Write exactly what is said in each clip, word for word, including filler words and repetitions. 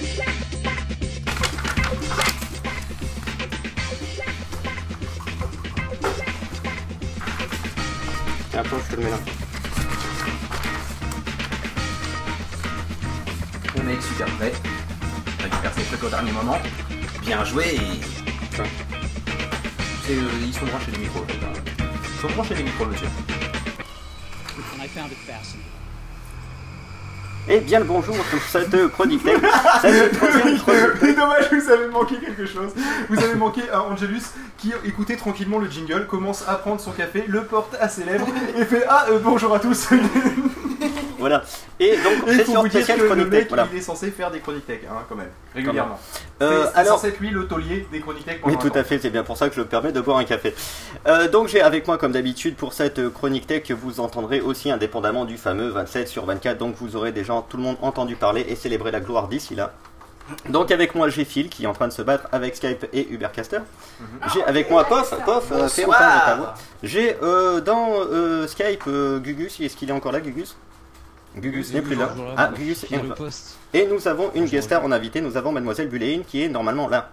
Attends, je te le mets là. Le mec super prêt. Récupère ses trucs au dernier moment. Bien joué et... Ouais. C'est, euh, ils sont branchés les micros en fait. Hein. Ils sont branchés les micros, monsieur. Et bien le bonjour pour cette chronique tech. Cette troisième chronique. C'est dommage, vous avez manqué quelque chose. Vous avez manqué un Angelus qui écoutait tranquillement le jingle, commence à prendre son café, le porte à ses lèvres et fait ah euh, bonjour à tous. Voilà. Et donc Et c'est faut sur vous dire spécial que le chronique mec tech. Voilà. il est censé faire des chroniques tech hein, quand même régulièrement. Euh, c'est alors, censé être lui le taulier des chroniques tech. oui, tout à fait, c'est bien pour ça que je me permets de boire un café. Euh, donc j'ai avec moi, comme d'habitude, pour cette chronique tech que vous entendrez aussi indépendamment du fameux vingt-sept sur vingt-quatre. Donc vous aurez déjà tout le monde entendu parler et célébrer la gloire d'ici là. Donc avec moi j'ai Phil qui est en train de se battre avec Skype et Ubercaster. Mm-hmm. J'ai avec moi Pof, Pof, euh, fais entendre ta voix. J'ai euh, dans euh, Skype euh, Gugus, est-ce qu'il est encore là Gugus? Gugus oui, n'est oui, plus là. là. Ah, Gugus est là. Et nous avons une guest star en invité, nous avons Mademoiselle Buléine qui est normalement là.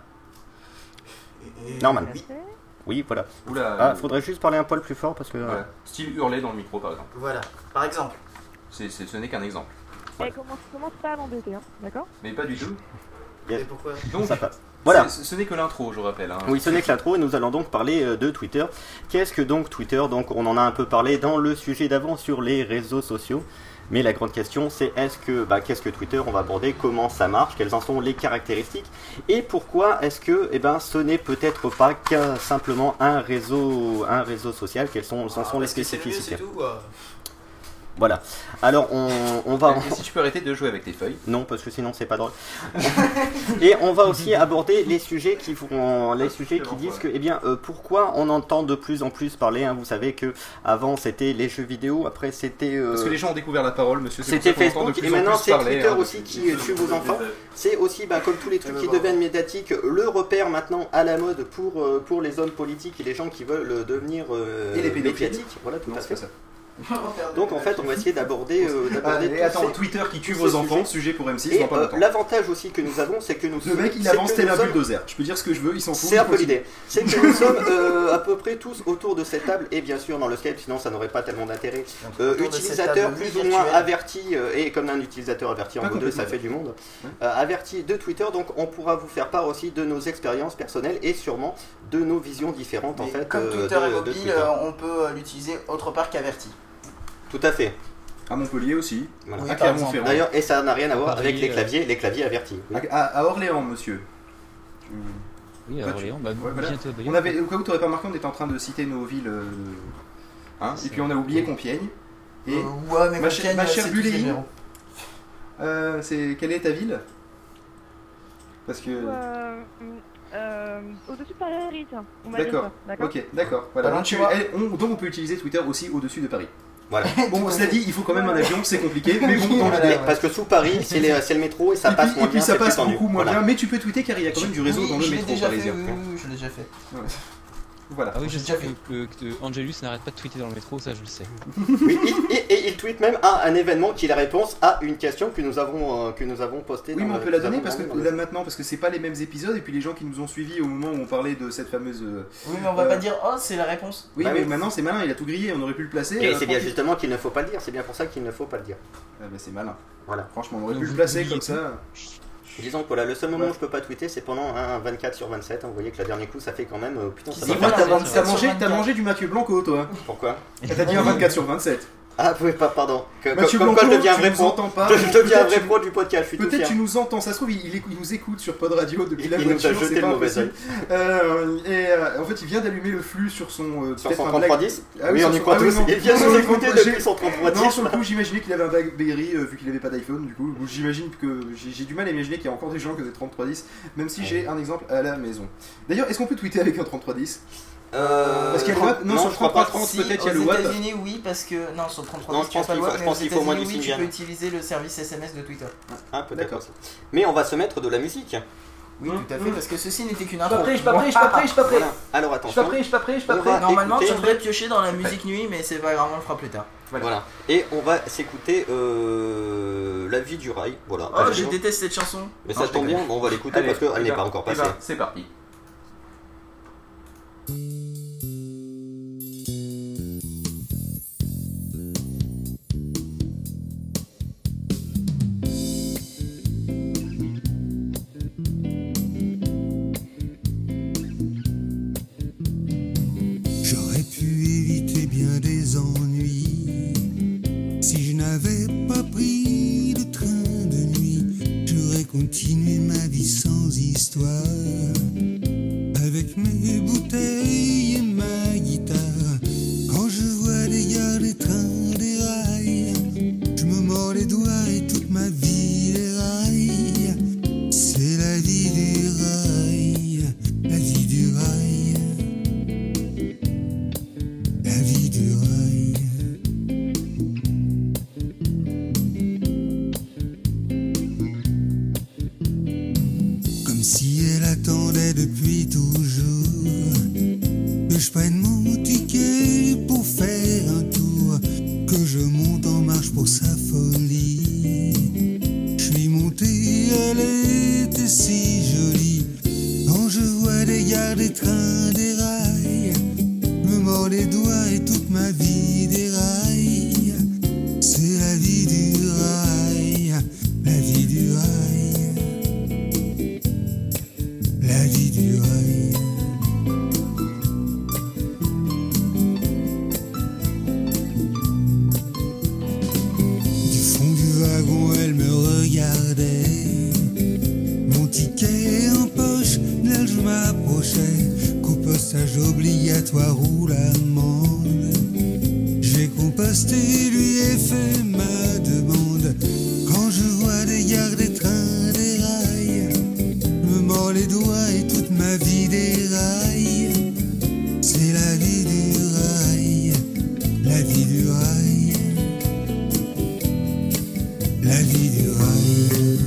Normal. Oui. Oui, voilà. Oula. Ah, faudrait juste parler un poil plus fort parce que... Voilà. Style hurler dans le micro par exemple. Voilà, par exemple. C'est, c'est, ce n'est qu'un exemple. Elle commence, commence pas à l'embêter, hein, d'accord? Mais pas du tout. Yes. Et pourquoi? Donc, ça passe. Voilà. Ce n'est que l'intro, je rappelle. Hein. Oui, ce n'est que l'intro et nous allons donc parler euh, de Twitter. Qu'est-ce que donc Twitter? Donc on en a un peu parlé dans le sujet d'avant sur les réseaux sociaux. Mais la grande question c'est est-ce que bah, qu'est-ce que Twitter? On va aborder comment ça marche, quelles en sont les caractéristiques et pourquoi est-ce que eh ben, ce n'est peut-être pas qu'un simplement un réseau, un réseau social, quelles sont, ah, sont les spécificités. C'est tout, euh... Voilà. Alors on, on va... Et si tu peux arrêter de jouer avec tes feuilles. Non, parce que sinon c'est pas drôle. Et on va aussi aborder les sujets qui font, les sujets qui disent que, eh bien, euh, pourquoi on entend de plus en plus parler. Hein, vous savez que avant c'était les jeux vidéo, après c'était. Euh, Parce que les gens ont découvert la parole, monsieur. C'était Facebook et maintenant c'est Twitter hein, aussi qui tue vos enfants. C'est aussi, bah, comme tous les trucs qui deviennent médiatiques, le repère maintenant à la mode pour euh, pour les hommes politiques et les gens qui veulent devenir euh, et les médiatiques. Voilà, tout non, à fait. Ça. Donc en fait on va essayer d'aborder euh, ah, et attends, ces, Twitter qui tue vos enfants, sujet pour M six. Et euh, l'avantage aussi que nous avons c'est que nous le mec il avance tel un bulldozer, je peux dire ce que je veux, il s'en fout. C'est un peu l'idée, c'est que nous sommes euh, à peu près tous autour de cette table et bien sûr dans le Skype, sinon ça n'aurait pas tellement d'intérêt. Euh, utilisateur plus ou moins averti, euh, et comme un utilisateur averti en deux ça fait du monde, euh, averti de Twitter, donc on pourra vous faire part aussi de nos expériences personnelles et sûrement de nos visions différentes. Mais en fait. Comme euh, Twitter de, est mobile, Twitter. on peut l'utiliser autre part qu'averti. Tout à fait. À Montpellier aussi. Voilà. Oui, à Clermont-Ferrand. D'ailleurs, et ça n'a rien à voir Paris, avec les euh... claviers, les claviers avertis. Oui. À, à Orléans, monsieur. Oui, à Orléans, bah, ouais, voilà. bientôt. On avait, au cas où tu n'aurais pas remarqué, on était en train de citer nos villes. Euh... Hein, et puis on a oublié Compiègne. Et euh, ouais, mais ma, Compiègne, ma chère Buléine, euh, c'est quelle est ta ville? Parce que. Euh, euh, Au-dessus de Paris, tiens. D'accord. Ok, d'accord. Voilà. Donc, tu, elle, on, donc on peut utiliser Twitter aussi au-dessus de Paris. Voilà. Bon, cela dit, il faut quand même un avion, c'est compliqué, mais bon, dans l'idée. Parce que sous Paris, c'est le métro et ça et passe puis, moins et puis bien. ça passe tendu. beaucoup moins voilà. bien, mais tu peux tweeter car il y a quand même du réseau oui, dans le je métro déjà parisien. Fait, oui, oui, je l'ai déjà fait. Ouais. Voilà. Ah oui, je sais que, que, que Angelus n'arrête pas de tweeter dans le métro, ça je le sais. Oui, et, et, et il tweet même à un événement qui est la réponse à une question que nous avons, euh, que nous avons postée. Oui, mais on peut le, la donner parce que là maintenant, parce que c'est pas les mêmes épisodes, et puis les gens qui nous ont suivis au moment où on parlait de cette fameuse. Euh, oui, mais on va euh, pas dire oh, c'est la réponse. Oui, bah, mais oui. maintenant c'est malin, il a tout grillé, on aurait pu le placer. Et c'est bien justement qu'il ne faut pas le dire, c'est bien pour ça qu'il ne faut pas le dire. Ah bah c'est malin. Voilà. Franchement, on aurait pu le placer comme ça. Disons que voilà, le seul moment ouais. où je peux pas tweeter, c'est pendant un vingt-quatre sur vingt-sept. Hein, vous voyez que le dernier coup, ça fait quand même. Euh, putain, ça va pas. T'as mangé, mangé du Mathieu Blanco, toi. Pourquoi? T'as dit un vingt-quatre sur vingt-sept. Ah, oui, pas, pardon. Que, Mathieu comme Blanco, quoi je deviens un vrai pro. Pas, je deviens un vrai pro du podcast. Peut-être tu nous entends, ça se trouve, il, il, il nous écoute sur Pod Radio depuis il, la il voiture. Il nous a jeté le mauvais œil. Euh, et euh, en fait, il vient d'allumer le flux sur son. Euh, sur son trente-trois dix ah, oui, on y croit tous. Il vient de nous écouter depuis son trente-trois dix. Non, sur le coup, j'imaginais qu'il avait un BlackBerry vu qu'il avait pas d'iPhone. Du coup, j'imagine que j'ai du mal à imaginer qu'il y a encore des gens qui ont des trente-trois dix, même si j'ai un exemple à la maison. D'ailleurs, est-ce qu'on peut tweeter avec un trente-trois dix? Euh, parce qu'il y a le WAP, non, non sur le trente-trois trente si, peut-être il y a le WAP. WAP. Aux États-Unis oui parce que non sur le trente-trois non, dix tu n'as pas le WAP, mais aux États-Unis oui tu peux utiliser le service S M S de Twitter. Ah peut-être. Mais on va se mettre de la musique. Oui, Hum, tout à fait, hum. parce que ceci n'était qu'une Je suis intro. pas prêt, je suis pas prêt, je suis pas prêt, je suis pas prêt. Voilà. Alors Je suis attention. pas prêt, je suis pas prêt, je suis pas On prêt. va- Normalement, écoutez, tu devrais piocher dans la musique nuit, mais c'est pas grave, on le fera plus tard. Voilà. Et on va s'écouter euh, La vie du rail. Voilà. Oh, Allez, je bon. déteste cette chanson. Mais Non, ça je tombe déconne. bien, on va l'écouter Allez, parce qu'elle eh n'est ben, pas encore eh passée. ben, c'est parti. J'aurais pu éviter bien des ennuis si je n'avais pas pris le train de nuit. J'aurais continué ma vie sans histoire avec mes bouteilles et ma guitare. Quand je vois des gars, des trains, des rails, je me mords les doigts et toute ma vie les rails. C'est la vie du rail, la vie du rail. La vie du rail. Comme si elle attendait depuis toujours que je prenne mon ticket pour faire un tour, que je monte en marche pour sa folie. Je suis monté, elle était si jolie. Quand je vois des gares, des trains, des rails, je me mords les doigts et toute ma vie déraille. C'est la vie du rail, la vie du rail, la vie du rail. Du fond du wagon, elle me regardait. Mon ticket en poche, d'elle je m'approchais. Compostage obligatoire ou l'amende. J'ai composté, lui ai fait ma demande. Quand je vois des gares, des trains, des rails, je me mords les doigts et toute ma vie déraille. C'est la vie du rail, la vie du rail, la vie du rail.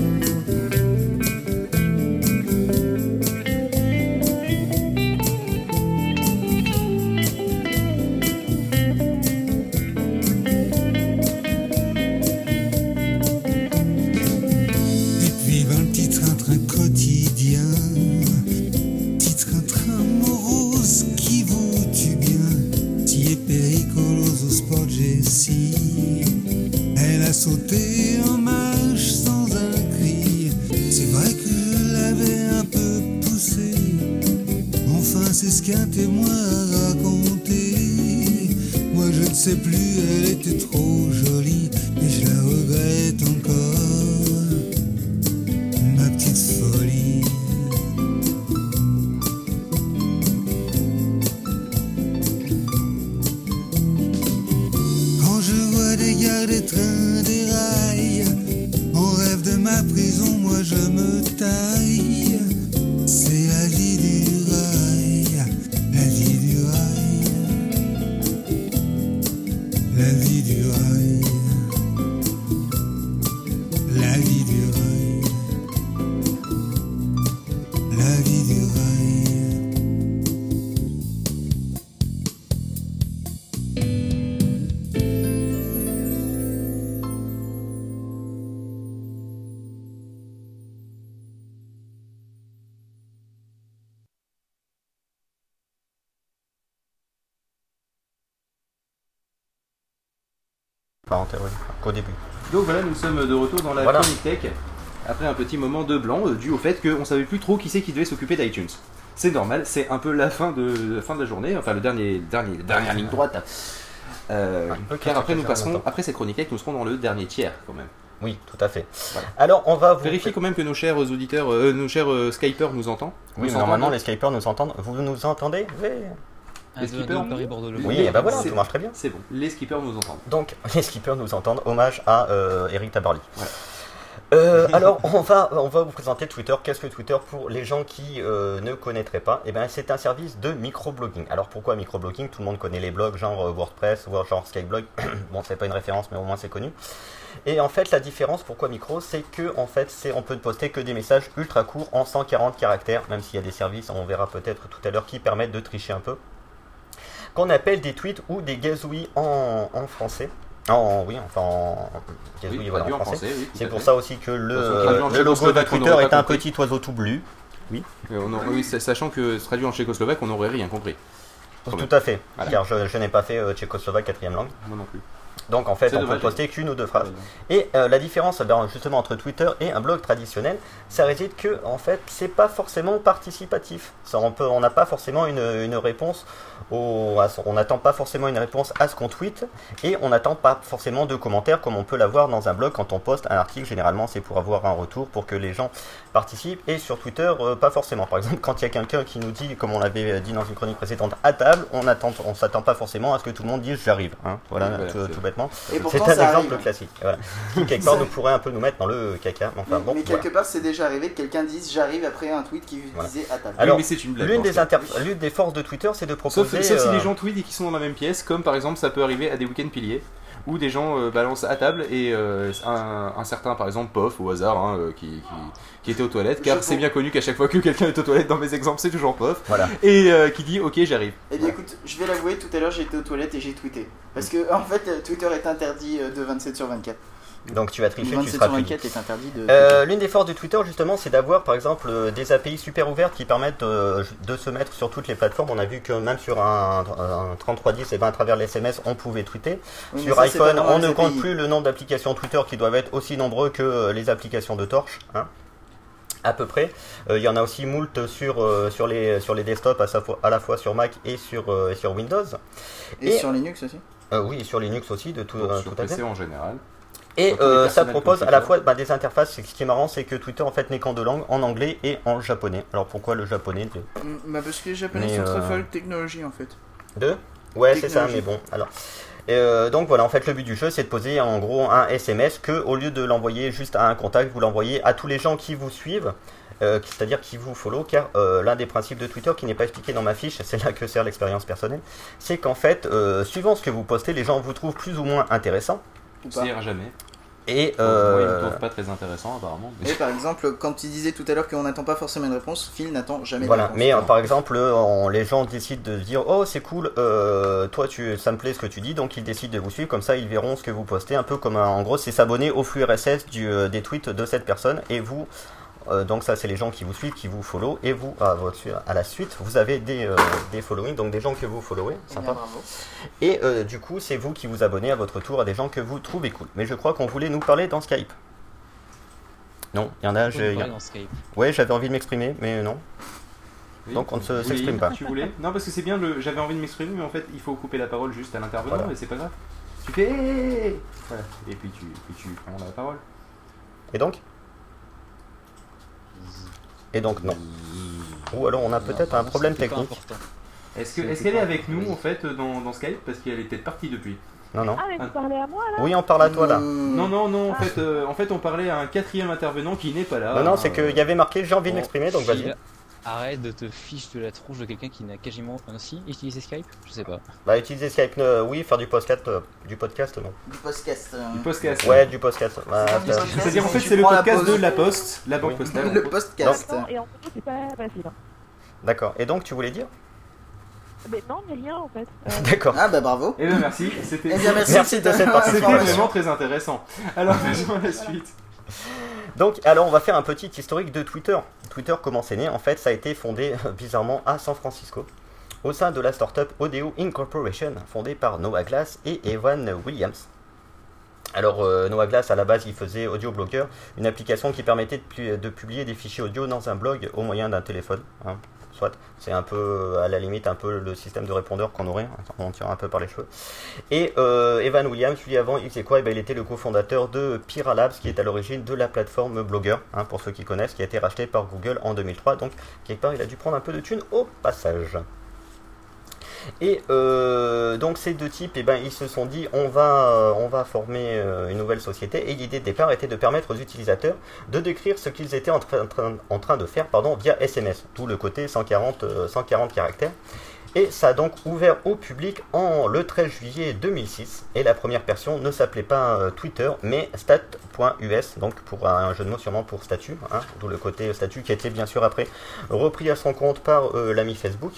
Et puis vint le petit train-train quotidien, petit train-train morose qui vous tue bien, si est péricolos au sport Jessie. Elle a sauté en marche sans un cri. C'est vrai que je l'avais un peu poussée. Enfin, c'est ce qu'un témoin a raconté. Moi, je ne sais plus, elle était trop jolie et je la regrette encore. Ma petite folie. Quand je vois des gares, des trains, des rails, on rêve de ma prison, moi je me taille. C'est la vie du rail, la vie du rail, la vie du rail, la vie du rail, la vie du rail. Pas en théorie, qu'au début. Donc voilà, nous sommes de retour dans la Voilà. Chronique Tech après un petit moment de blanc euh, dû au fait qu'on savait plus trop qui c'est qui devait s'occuper d'iTunes. C'est normal, c'est un peu la fin de la fin de la journée, enfin le dernier dernier dernière ligne droite. Euh, Un peu car après nous faire passerons longtemps. après cette Chronique Tech, nous serons dans le dernier tiers quand même. Oui, tout à fait. Voilà. Alors, on va vous... Vérifiez quand même que nos chers auditeurs, euh, nos chers euh, Skypers nous entendent. Oui, Nous mais normalement, entendent. les Skypers nous entendent. Vous nous entendez? Oui. Un, Les deux, skippers. deux, Paris-Bordeaux. Oui, et ben voilà, C'est- tout marche très bien. C'est bon, les skippers nous entendent. Donc, les skippers nous entendent. Hommage à euh, Eric Tabarly. Voilà. Euh, alors, on va, on va vous présenter Twitter. Qu'est-ce que Twitter pour les gens qui euh, ne connaîtraient pas? Eh ben, c'est un service de microblogging. Alors, pourquoi microblogging? Tout le monde connaît les blogs, genre euh, WordPress, ou genre Skyblog. Bon, c'est pas une référence, mais au moins c'est connu. Et en fait, la différence, pourquoi micro, c'est que en fait, c'est on peut poster que des messages ultra courts en cent quarante caractères, même s'il y a des services, on verra peut-être tout à l'heure, qui permettent de tricher un peu, qu'on appelle des tweets ou des gazouilles en, en français. En, oui, enfin en gazouille, Oui, voilà, en traduit en français. français, oui, tout C'est à pour fait. ça aussi que le, Parce que euh, traduit en le logo de tchécoslovaque, on Twitter n'aurait est pas un compris. petit oiseau tout bleu. Euh, on a- oui, sachant que traduit en tchécoslovaque, on n'aurait rien compris. Quand Tout même. à fait, Voilà. car je, je n'ai pas fait euh, tchécoslovaque quatrième langue. Moi non plus. Donc en fait, C'est on dommage. peut poster qu'une ou deux phrases. Ouais, Et euh, la différence ben, justement entre Twitter et un blog traditionnel, ça réside que en fait, c'est pas forcément participatif. Ça, on peut, on n'a pas forcément une, une réponse. Au, à son- on n'attend pas forcément une réponse à ce qu'on tweet et on n'attend pas forcément de commentaires comme on peut l'avoir dans un blog quand on poste un article. Généralement, c'est pour avoir un retour, pour que les gens participent. Et sur Twitter, euh, pas forcément. Par exemple, quand il y a quelqu'un qui nous dit, comme on l'avait dit dans une chronique précédente, à table, on attend, on s'attend pas forcément à ce que tout le monde dise j'arrive. Hein. Voilà, Oui, voilà, tout, c'est- tout bêtement. Et C'est pourtant, un ça exemple arrive. classique. Voilà. Qui quelque part nous pourrait un peu nous mettre dans le caca. Enfin, Mais, bon, mais voilà. quelque part, c'est déjà arrivé que quelqu'un dise j'arrive après un tweet qui Voilà. disait à table. Alors, oui, mais c'est une blague. L'une dans ce des, cas. inter- l'une des forces de Twitter, c'est de Sauf, proposer. sauf si euh, les gens tweetent et qu'ils sont dans la même pièce, comme par exemple ça peut arriver à des week-ends piliers, où des gens euh, balancent à table et euh, un, un certain par exemple Pof au hasard hein, euh, qui, qui, qui était aux toilettes, car Je c'est pense- bien connu qu'à chaque fois que quelqu'un est aux toilettes dans mes exemples c'est toujours Pof, Voilà. et euh, qui dit ok j'arrive. Eh bien écoute, je vais l'avouer, tout à l'heure j'étais aux toilettes et j'ai tweeté. Parce que en fait, euh, Twitter est interdit euh, de vingt-sept sur vingt-quatre. Donc tu vas tricher, tu vingt-sept seras sur puni. vingt-quatre est interdit de. Euh, L'une des forces de Twitter justement c'est d'avoir par exemple euh, des A P I super ouvertes qui permettent euh, de se mettre sur toutes les plateformes. On a vu que même sur un, un trente-trois dix et ben à travers les S M S on pouvait tweeter. Oui, mais Sur ça, c'est pas iPhone vraiment on les ne compte A P I. plus le nombre d'applications Twitter qui doivent être aussi nombreux que euh, les applications de Torch. Hein. À peu près. Euh, Il y en a aussi moult sur, euh, sur, les, sur les desktops à, sa fois- à la fois sur Mac et sur, euh, sur Windows. Et, et- sur Linux aussi. Euh, oui, et sur Linux aussi de tout, Donc, euh, sur tout à P fait. C en général. Et Sur tous les euh, ça personnels propose comme à la Twitter. fois bah, des interfaces. Ce qui est marrant, c'est que Twitter en fait n'est qu'en deux langues, en anglais et en japonais. Alors pourquoi le japonais de- Mm, Bah parce que les japonais Mais, sont très euh, folles technologie en fait. Deux Ouais, c'est ça, Technologie. mais bon. Alors, euh, donc voilà, en fait, le but du jeu, c'est de poser en gros un S M S que, au lieu de l'envoyer juste à un contact, vous l'envoyez à tous les gens qui vous suivent. Euh, c'est-à-dire qui vous follow, car euh, l'un des principes de Twitter qui n'est pas expliqué dans ma fiche, c'est là que sert l'expérience personnelle, c'est qu'en fait, euh, suivant ce que vous postez, les gens vous trouvent plus ou moins intéressant. Ou Ça pas. ira jamais. Et Moi ils me euh, trouvent pas très intéressant apparemment. mais- Et par exemple, quand tu disais tout à l'heure qu'on n'attend pas forcément une réponse, Phil n'attend jamais voilà, de réponse. mais euh, par exemple, euh, on- les gens décident de se dire oh c'est cool, euh, toi tu, ça me plaît ce que tu dis, donc ils décident de vous suivre, comme ça ils verront ce que vous postez, un peu comme un- en gros c'est s'abonner au flux R S S du, euh, des tweets de cette personne, et vous, euh, donc ça c'est les gens qui vous suivent, qui vous follow, et vous, à, votre, à la suite, vous avez des, euh, des followings, donc des gens que vous followez, Eh bien, sympa, bravo. et euh, du coup c'est vous qui vous abonnez à votre tour à des gens que vous trouvez cool. Mais je crois qu'on voulait nous parler dans Skype. Non, il y en a, On j'ai- peut parler dans Skype. ouais j'avais envie de m'exprimer, mais non. Oui. Donc, on ne se- Oui, s'exprime pas. Tu voulais Non, parce que c'est bien, le... j'avais envie de m'exprimer, mais en fait, il faut couper la parole juste à l'intervenant, Voilà. et c'est pas grave. Tu fais hey voilà. Et puis tu, puis tu prends la parole. Et donc Et donc non. Ou alors on a peut-être un problème C'était pas technique. important. Est-ce que- C'est- est-ce c'est qu'elle est pas- avec nous vas-y. en fait dans, dans Skype Parce qu'elle est peut-être partie depuis. Non, non. Ah, mais vous parlez à moi là? Oui, on parle à toi là. Euh, Non, non, non, en Ah. fait, euh, en fait on parlait à un quatrième intervenant qui n'est pas là. Non, non, Euh, c'est qu'il y avait marqué j'ai envie de Bon, m'exprimer, donc Phil, vas-y. Arrête de te fiche de la tronche de quelqu'un qui n'a quasiment ainsi utilisé Skype. Je sais pas. Bah, utiliser Skype, euh, oui, faire du podcast, euh, du podcast, non. Du podcast. euh, Du podcast. Ouais, du podcast. Bah, C'est du ça- podcast. C'est-à-dire en fait Tu c'est le prends la podcast pause. de La Poste, la banque Oui. postale. Le podcast. Non, et en fait, c'est pas facile. hein. D'accord. Et donc, tu voulais dire Mais non, mais rien en fait. Euh, D'accord. Ah bah bravo. Eh bien merci, c'était Eh bien merci, Merci de cette c'était participation. vraiment très intéressant. Alors passons à la suite. Donc, alors, on va faire un petit historique de Twitter. Twitter, comment c'est né? En fait, ça a été fondé euh, bizarrement à San Francisco, au sein de la startup Odeo Incorporation, fondée par Noah Glass et Evan Williams. Alors, euh, Noah Glass, à la base, il faisait Audio Blogger, une application qui permettait de, pu- de publier des fichiers audio dans un blog au moyen d'un téléphone. hein. Soit, c'est un peu, à la limite, un peu le système de répondeur qu'on aurait, on tire un peu par les cheveux. Et euh, Evan Williams, lui, avant, il faisait quoi? Eh ben, il était le cofondateur de Pira Labs, qui est à l'origine de la plateforme Blogger, hein, pour ceux qui connaissent, qui a été racheté par Google en deux mille trois. Donc, quelque part, il a dû prendre un peu de thunes au passage. Et euh, donc ces deux types, eh ben, ils se sont dit on va, euh, on va former euh, une nouvelle société, et l'idée de départ était de permettre aux utilisateurs de décrire ce qu'ils étaient en train, en train- en train de faire pardon, via S M S, d'où le côté cent quarante, euh, cent quarante caractères. Et ça a donc ouvert au public en le treize juillet deux mille six. Et la première version ne s'appelait pas euh, Twitter, mais stat point U S, donc pour un jeu de mots sûrement pour statut, hein, d'où le côté statut qui a été bien sûr après repris à son compte par euh, l'ami Facebook.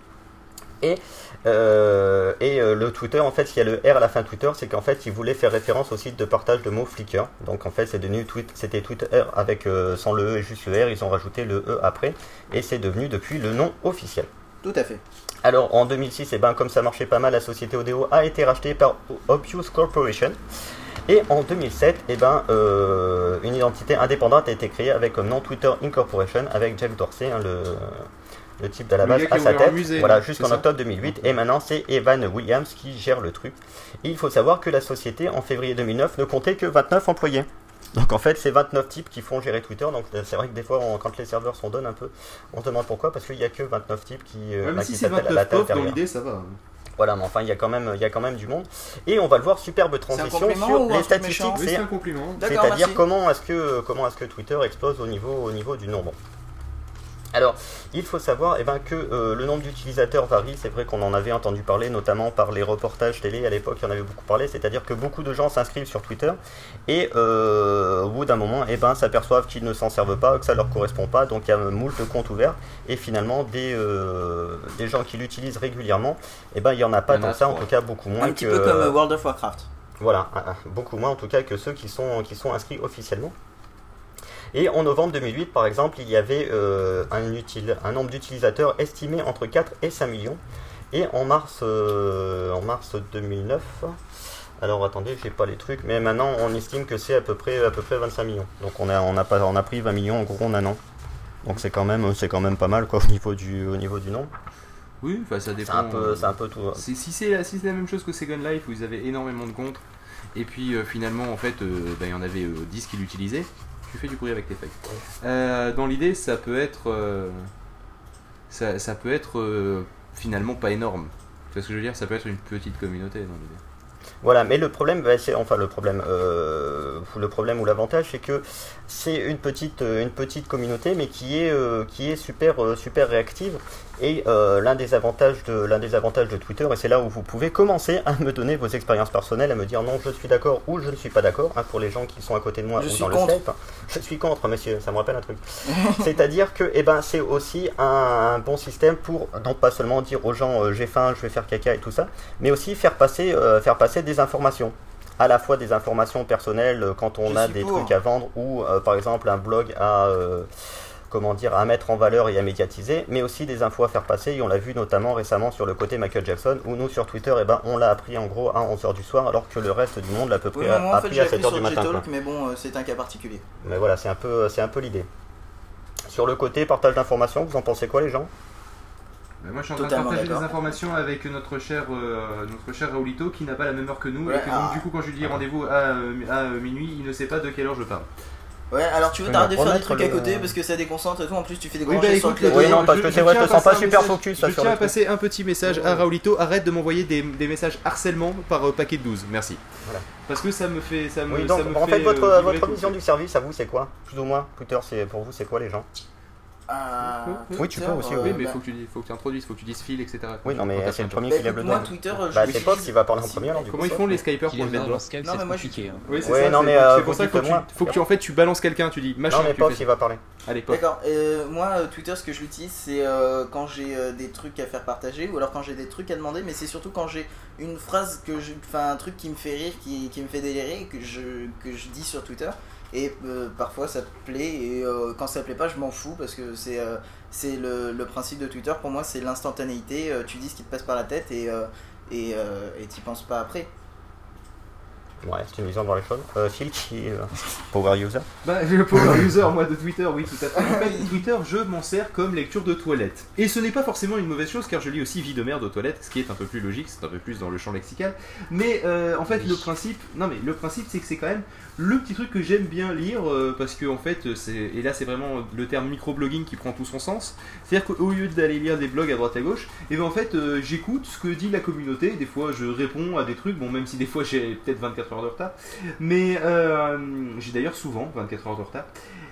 Et, euh, et euh, le Twitter, en fait, s'il y a le R à la fin de Twitter, c'est qu'en fait, il voulait faire référence au site de partage de mots Flickr. Donc en fait, c'est devenu tweet, c'était Twitter avec euh, sans le E et juste le R, ils ont rajouté le E après, et c'est devenu depuis le nom officiel. Tout à fait. Alors en deux mille six, eh ben, comme ça marchait pas mal, la société Odeo a été rachetée par Obvious Corporation. Et en deux mille sept, eh ben, euh, une identité indépendante a été créée avec comme nom Twitter Incorporation, avec Jack Dorsey, hein, le... le type de la base à sa tête, musée, voilà, jusqu'en octobre deux mille huit, et maintenant c'est Evan Williams qui gère le truc. Et il faut savoir que la société en février deux mille neuf ne comptait que vingt-neuf employés. Donc en fait c'est vingt-neuf types qui font gérer Twitter, donc c'est vrai que des fois on, quand les serveurs s'en donnent un peu, on se demande pourquoi, parce qu'il n'y a que vingt-neuf types qui, ouais, bah, si qui c'est s'appellent à la tête dans l'idée ça va. Voilà, mais enfin il y a quand même, il y a quand même du monde. Et on va le voir, superbe transition sur les statistiques, oui, c'est un compliment. C'est-à-dire comment est-ce que comment est-ce que Twitter explose au niveau au niveau du nombre. Alors, il faut savoir eh ben, que euh, le nombre d'utilisateurs varie, c'est vrai qu'on en avait entendu parler, notamment par les reportages télé, à l'époque il y en avait beaucoup parlé, c'est-à-dire que beaucoup de gens s'inscrivent sur Twitter, et euh, au bout d'un moment, eh ben, s'aperçoivent qu'ils ne s'en servent pas, que ça leur correspond pas, donc il y a moult comptes ouverts, et finalement, des, euh, des gens qui l'utilisent régulièrement, eh ben, il n'y en a pas tant que ça, en tout cas beaucoup moins Un que... petit peu comme World of Warcraft. Voilà, beaucoup moins en tout cas que ceux qui sont, qui sont inscrits officiellement. Et en novembre deux mille huit, par exemple, il y avait euh, un, utile, un nombre d'utilisateurs estimé entre quatre et cinq millions. Et en mars, euh, en mars deux mille neuf, alors attendez, j'ai pas les trucs, mais maintenant on estime que c'est à peu près, à peu près vingt-cinq millions. Donc on a, on a, pas, on a pris vingt millions en gros en un an. Donc c'est quand même, c'est quand même pas mal quoi, au niveau du, au niveau du nombre. Oui, enfin ça dépend. C'est un peu, c'est un peu tout. Si c'est la, si la même chose que Second Life, où vous avez énormément de comptes, et puis euh, finalement en fait, euh, ben, il y en avait euh, dix qui l'utilisaient. Tu fais du bruit avec tes feuilles. Euh, dans l'idée, ça peut être, euh, ça, ça peut être euh, finalement pas énorme. Tu vois ce que je veux dire? Ça peut être une petite communauté dans l'idée. Voilà, mais le problème, bah, c'est enfin le problème, euh, le problème ou l'avantage, c'est que c'est une petite, une petite communauté, mais qui est, euh, qui est super, euh, super réactive. Et euh, l'un des avantages de l'un des avantages de Twitter, et c'est là où vous pouvez commencer à me donner vos expériences personnelles, à me dire non, je suis d'accord ou je ne suis pas d'accord, hein, pour les gens qui sont à côté de moi je ou dans contre. le Skype. Je suis contre, monsieur, ça me rappelle un truc. C'est-à-dire que eh ben, c'est aussi un, un bon système pour non pas seulement dire aux gens euh, j'ai faim, je vais faire caca et tout ça, mais aussi faire passer, euh, faire passer des informations. À la fois des informations personnelles euh, quand on je a des pour. trucs à vendre, ou euh, par exemple un blog à... Euh, comment dire, à mettre en valeur et à médiatiser, mais aussi des infos à faire passer, et on l'a vu notamment récemment sur le côté Michael Jackson, où nous sur Twitter, eh ben, on l'a appris en gros à onze heures du soir, alors que le reste du monde l'a à peu près oui, moi, en appris fait, à sept heures du matin. Talk, mais bon, euh, c'est un cas particulier. Mais voilà, c'est un peu, c'est un peu l'idée. Sur le côté partage d'informations, vous en pensez quoi les gens? Ben moi je suis en train Totalement de partager d'accord. des informations avec notre cher, euh, notre cher Raoulito qui n'a pas la même heure que nous, Ouais, et que donc ah. du coup quand je lui dis rendez-vous à, euh, à euh, minuit, il ne sait pas de quelle heure je parle. Ouais, alors tu veux Ouais, t'arrêter de faire des remettre trucs le- à côté parce que ça déconcentre et tout, en plus tu fais des Oui, grands bah, gestes sur le écoute, clavier. Oui, non, parce que c'est vrai, tiens je te à sens pas passer un super message- focus, ça, Je sur tiens le à passer un petit message à Raoulito, arrête de m'envoyer des, des messages harcèlement par euh, paquet de douze, merci. Voilà. Parce que ça me fait... Ça me, Oui, ça donc me en fait, fait, votre, euh, votre vibrer vision tout. du service, à vous, c'est quoi? Plus ou moins, Twitter, c'est pour vous, c'est quoi les gens? Ah, Oui, tu peux aussi, euh, Oui, mais il bah, faut que tu dis- faut que tu introduises, faut que tu dises fil, et cetera. Oui, non, mais c'est le premier bah, qui lève le écoute, moi, doigt. Twitter, je Bah, c'est l'utilise- Pop qui va parler en Si. premier alors du coup. Comment ils font les Skypers Qui pour les le mettre met dans doigt Skype, Non, c'est mais moi, je- compliqué. hein. Oui, c'est Ouais, ça, non, c'est- mais, c'est euh, pour ça vous qu'il faut que dites-moi. tu, faut que tu, en fait, tu balances quelqu'un, tu dis machin, Non, mais tu Pop, fais ça. il va parler. Allez, Pop. D'accord, euh, moi euh, Twitter ce que je l'utilise c'est euh, quand j'ai euh, des trucs à faire partager ou alors quand j'ai des trucs à demander, mais c'est surtout quand j'ai une phrase que je, enfin un truc qui me fait rire, qui, qui me fait délirer et que je, que je dis sur Twitter et euh, parfois ça plaît et euh, quand ça plaît pas je m'en fous parce que c'est euh, c'est le, le principe de Twitter pour moi, c'est l'instantanéité, euh, tu dis ce qui te passe par la tête et euh, et euh, et t'y penses pas après. Ouais, c'est une vision de voir les choses. Euh, Phil qui est euh, Power User. Bah, j'ai le power user, moi, de Twitter, oui, tout à fait. En fait, Twitter, je m'en sers comme lecture de toilette. Et ce n'est pas forcément une mauvaise chose, car je lis aussi vie de merde aux toilettes, ce qui est un peu plus logique, c'est un peu plus dans le champ lexical. Mais euh, en fait, Oui. le principe, non mais le principe, c'est que c'est quand même le petit truc que j'aime bien lire, euh, parce que en fait, c'est, et là, c'est vraiment le terme microblogging qui prend tout son sens. C'est-à-dire qu'au lieu d'aller lire des blogs à droite à gauche, et ben en fait, euh, j'écoute ce que dit la communauté. Des fois, je réponds à des trucs, bon, même si des fois j'ai peut-être vingt-quatre heures de retard. Mais euh, j'ai d'ailleurs souvent vingt-quatre heures de retard.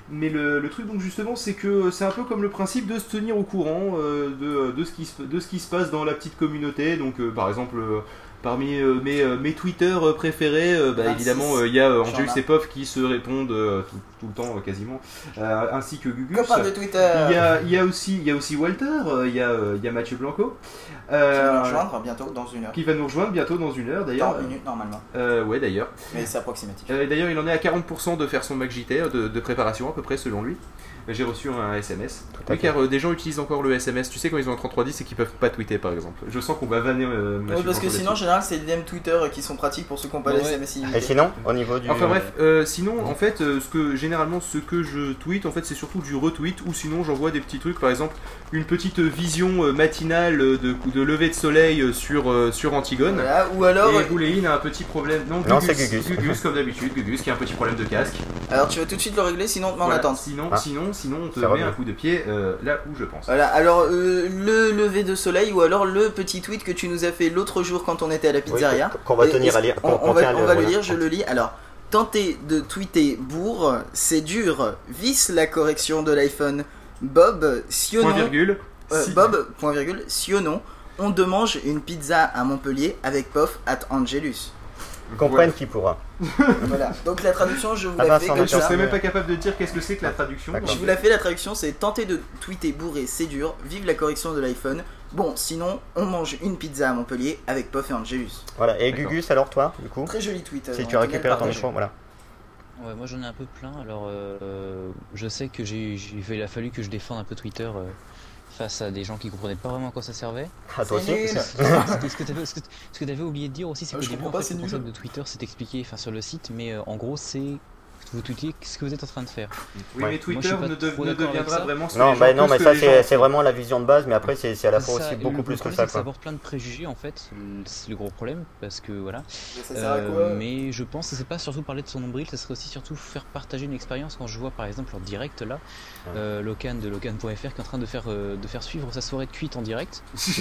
Mais le, le truc donc justement c'est que c'est un peu comme le principe de se tenir au courant euh, de, de, ce qui se, de ce qui se passe dans la petite communauté. Donc euh, par exemple euh, parmi euh, mes, euh, mes Twitter préférés, euh, bah, Ah, évidemment il euh, y a euh, Angelus et Pov qui se répondent euh, tout, tout le temps euh, quasiment, euh, ainsi que Gugus. Copain de Twitter. Il y a, il y a aussi, il y a aussi Walter, euh, il y a, euh, il y a Mathieu Blanco. Euh, qui va nous rejoindre bientôt dans une heure. Qui va nous rejoindre bientôt dans une heure d'ailleurs. quarante minutes normalement. Euh, ouais d'ailleurs. Mais c'est approximatif. Euh, d'ailleurs il en est à quarante pour cent de faire son Mac J T, de, de préparation à peu près selon lui. J'ai reçu un S M S. Oui, car euh, des gens utilisent encore le S M S. Tu sais, quand ils ont un trente-trois dix et qu'ils peuvent pas tweeter par exemple. Je sens qu'on va vanner. Euh, oui, parce que sinon en général c'est les D M Twitter qui sont pratiques pour ceux qui n'ont pas Ouais. les S M S illimités. Et sinon, au niveau du. Enfin bref, euh, sinon en fait, euh, ce que généralement ce que je tweete, en fait, c'est surtout du retweet ou sinon j'envoie des petits trucs, par exemple une petite vision euh, matinale de, de lever de soleil euh, sur euh, sur Antigone. Voilà. Ou alors. Et Bouléine a un petit problème. Non, Non, Gugus, c'est Gugus. Gugus comme d'habitude, Gugus qui a un petit problème de casque. Alors tu vas tout de suite le régler, sinon on te met en Voilà. attente. Sinon, Ah. sinon, sinon, on te Ça met revient. un coup de pied euh, là où je pense. Voilà, alors euh, le lever de soleil ou alors le petit tweet que tu nous as fait l'autre jour quand on était à la Oui, pizzeria. qu'on va Et- tenir et- à lire. On, qu'on on va, tient à on lire, va le voilà. lire, je le lis. Alors, tenter de tweeter bourre, c'est dur. Vice la correction de l'iPhone. Bob, Point Sionon. virgule. euh, si- Bob, point virgule, Sionon. On demande une pizza à Montpellier avec Pof at Angelus. Comprenne qui pourra. Voilà. Donc la traduction, je vous Ah la bah, fais ça, on comme est Je sur ça. serais même pas capable de dire qu'est-ce que c'est que la traduction. D'accord. Je vous la fais, la traduction, c'est tenter de tweeter bourré, c'est dur. Vive la correction de l'iPhone. Bon, sinon, on mange une pizza à Montpellier avec Pof et Angelus. Voilà. Et D'accord. Gugus, alors toi, du coup Très joli tweet. Si euh, tu on récupères ton tenait à le micro, voilà. Ouais, moi j'en ai un peu plein. Alors, euh, je sais que j'ai, j'ai- il a fallu que je défende un peu Twitter euh, face à des gens qui comprenaient pas vraiment à quoi ça servait. Ah, toi aussi C'est nul. Ce que tu avais, ce que, ce que t'avais oublié de dire aussi, c'est Euh, que je au début, comprends en pas, fait, c'est le nul. concept de Twitter c'est expliqué enfin, sur le site, mais euh, en gros, c'est vous tweetez ce que vous êtes en train de faire. Oui, Ouais. mais Twitter Moi, je suis pas ne, dev- trop ne d'accord avec deviendra ça. vraiment ce que Non, les bah gens- non, que mais ce ça que les c'est gens c'est vraiment la vision de base, mais après c'est c'est à la C'est fois ça, aussi et beaucoup le plus que problème, ça, c'est que ça quoi. apporte plein de préjugés en fait, c'est le gros problème parce que voilà. Mais ça sert à Euh, quoi mais je pense que c'est pas surtout parler de son nombril, ça serait aussi surtout faire partager une expérience. Quand je vois par exemple en direct là, euh, Locan de Locan point F R qui est en train de faire, euh, de faire suivre sa soirée de cuite en direct.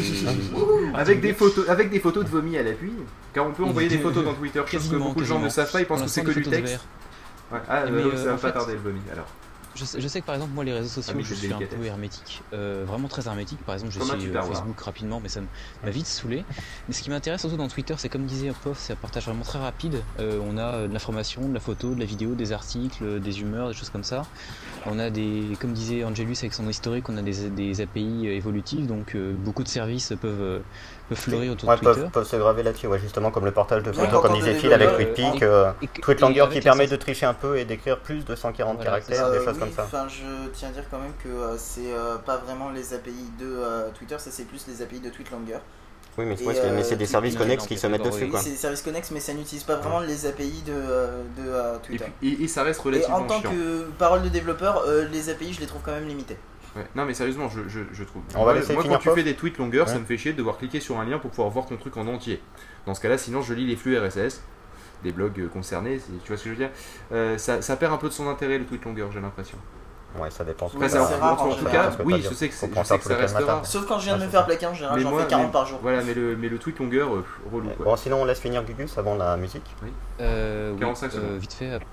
Et- avec des photos, avec des photos de vomi à l'appui, car on peut envoyer des photos dans Twitter, chose que Quasiment, beaucoup de gens ne quasiment. savent pas, ils pensent Pour que c'est l'instant, que des du photos de texte. verre. Ouais. Ah, Mais, euh, euh, ça va en pas fait- tarder le vomi alors. Je sais, je sais que par exemple moi les réseaux sociaux Ah, mais je c'est suis un délicatesse. peu hermétique, euh, vraiment très hermétique. Par exemple j'ai Comme un essayé euh, Tupperware. Facebook rapidement mais ça m- m'a vite saoulé. Mais ce qui m'intéresse surtout dans Twitter c'est comme disait Pof, c'est un partage vraiment très rapide. Euh, on a euh, de l'information, de la photo, de la vidéo, des articles, euh, des humeurs, des choses comme ça. On a des, comme disait Angelus avec son historique, on a des, des A P I évolutives donc euh, beaucoup de services peuvent, euh, peuvent fleurir autour Ouais, de Twitter. peuvent, peuvent se graver là-dessus, ouais, justement, comme le partage de Ouais, photos, quand comme on disait est Phil avec développeur, TweetPeak, et- euh, et que- TweetLonger et avec qui la permet sens- de tricher un peu et d'écrire plus de cent quarante Voilà, c'est caractères, Euh, des choses oui, comme ça. Enfin, je tiens à dire quand même que euh, c'est euh, pas vraiment les A P I de euh, Twitter, ça c'est plus les A P I de TweetLonger. Oui, mais, Et, ouais, c'est- mais c'est euh, des services non, connexes non, qui mais se mettent d'accord, dessus, oui, quoi. Oui, c'est des services connexes, mais ça n'utilise pas vraiment les A P I de, euh, de euh, Et, Twitter. puis- et- et ça reste Et relativement en tant chiant. que parole de développeur, euh, les A P I je les trouve quand même limitées. Ouais. Non mais sérieusement, je, je, je trouve. On va moi, laisser moi, finir quand tu Pof. fais des tweets longueurs, ça Ouais. me fait chier de devoir cliquer sur un lien pour pouvoir voir ton truc en entier. Dans ce cas-là, sinon je lis les flux R S S des blogs euh, concernés, si- tu vois ce que je veux dire. Euh, ça, ça perd un peu de son intérêt le tweet longueur, j'ai l'impression. Ouais, ça dépend. Oui, Après, ça, ça, c'est en- rare, en, en tout général. cas, Parce que oui, pas je sais que, faut c'est- je prendre sais ça que tous ça les quatre reste matins. rare. Sauf quand je viens de Ouais, me c'est faire plaquer, en général Mais j'en moi, fais quarante mais- par jour. Voilà, mais le, mais le tweet longueur, euh, relou quoi. Bon, sinon on laisse finir Gugus avant la musique. Euh, oui, quarante-cinq euh, secondes. vite fait.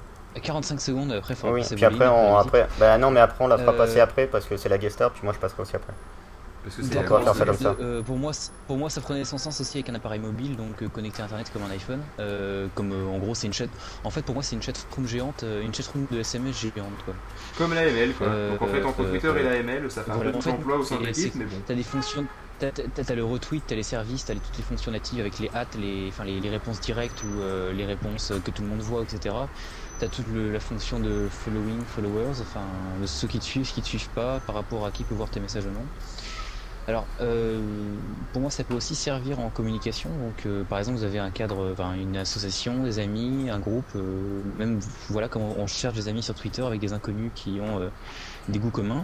À quarante-cinq secondes après, faut Oui, passer puis après, Bowling, on, musique. après, bah non, mais après on la fera Euh, passer après parce que c'est la guest star, puis moi je passerai aussi après. Parce que c'est D'accord, la on va faire ça grosse- comme ça. Euh, pour, moi, c- pour moi, ça prenait son sens aussi avec un appareil mobile, donc euh, connecté à internet comme un iPhone. Euh, comme euh, en gros, c'est une chat. En fait, pour moi, c'est une chatroom géante, euh, une chatroom de S M S géante. Quoi. Comme l'A M L quoi. Euh, Donc en fait, entre euh, Twitter euh, et l'A M L, ça fait un voilà, peu en de fait, emploi au sein de c'est- l'équipe, c'est- mais bon. T'as des fonctions. T'as, t'as- t'as le retweet, t'as les services, t'as les- toutes les fonctions natives avec les hâtes, les, enfin, les, les réponses directes ou euh, les réponses que tout le monde voit, et cetera. T'as toute le- la fonction de following, followers, enfin de ceux qui te suivent, ceux qui te suivent pas, par rapport à qui peut voir tes messages ou non. Alors, euh, pour moi, ça peut aussi servir en communication. Donc, euh, par exemple, vous avez un cadre, enfin, une association, des amis, un groupe, euh, même, voilà, comme on cherche des amis sur Twitter avec des inconnus qui ont euh, des goûts communs.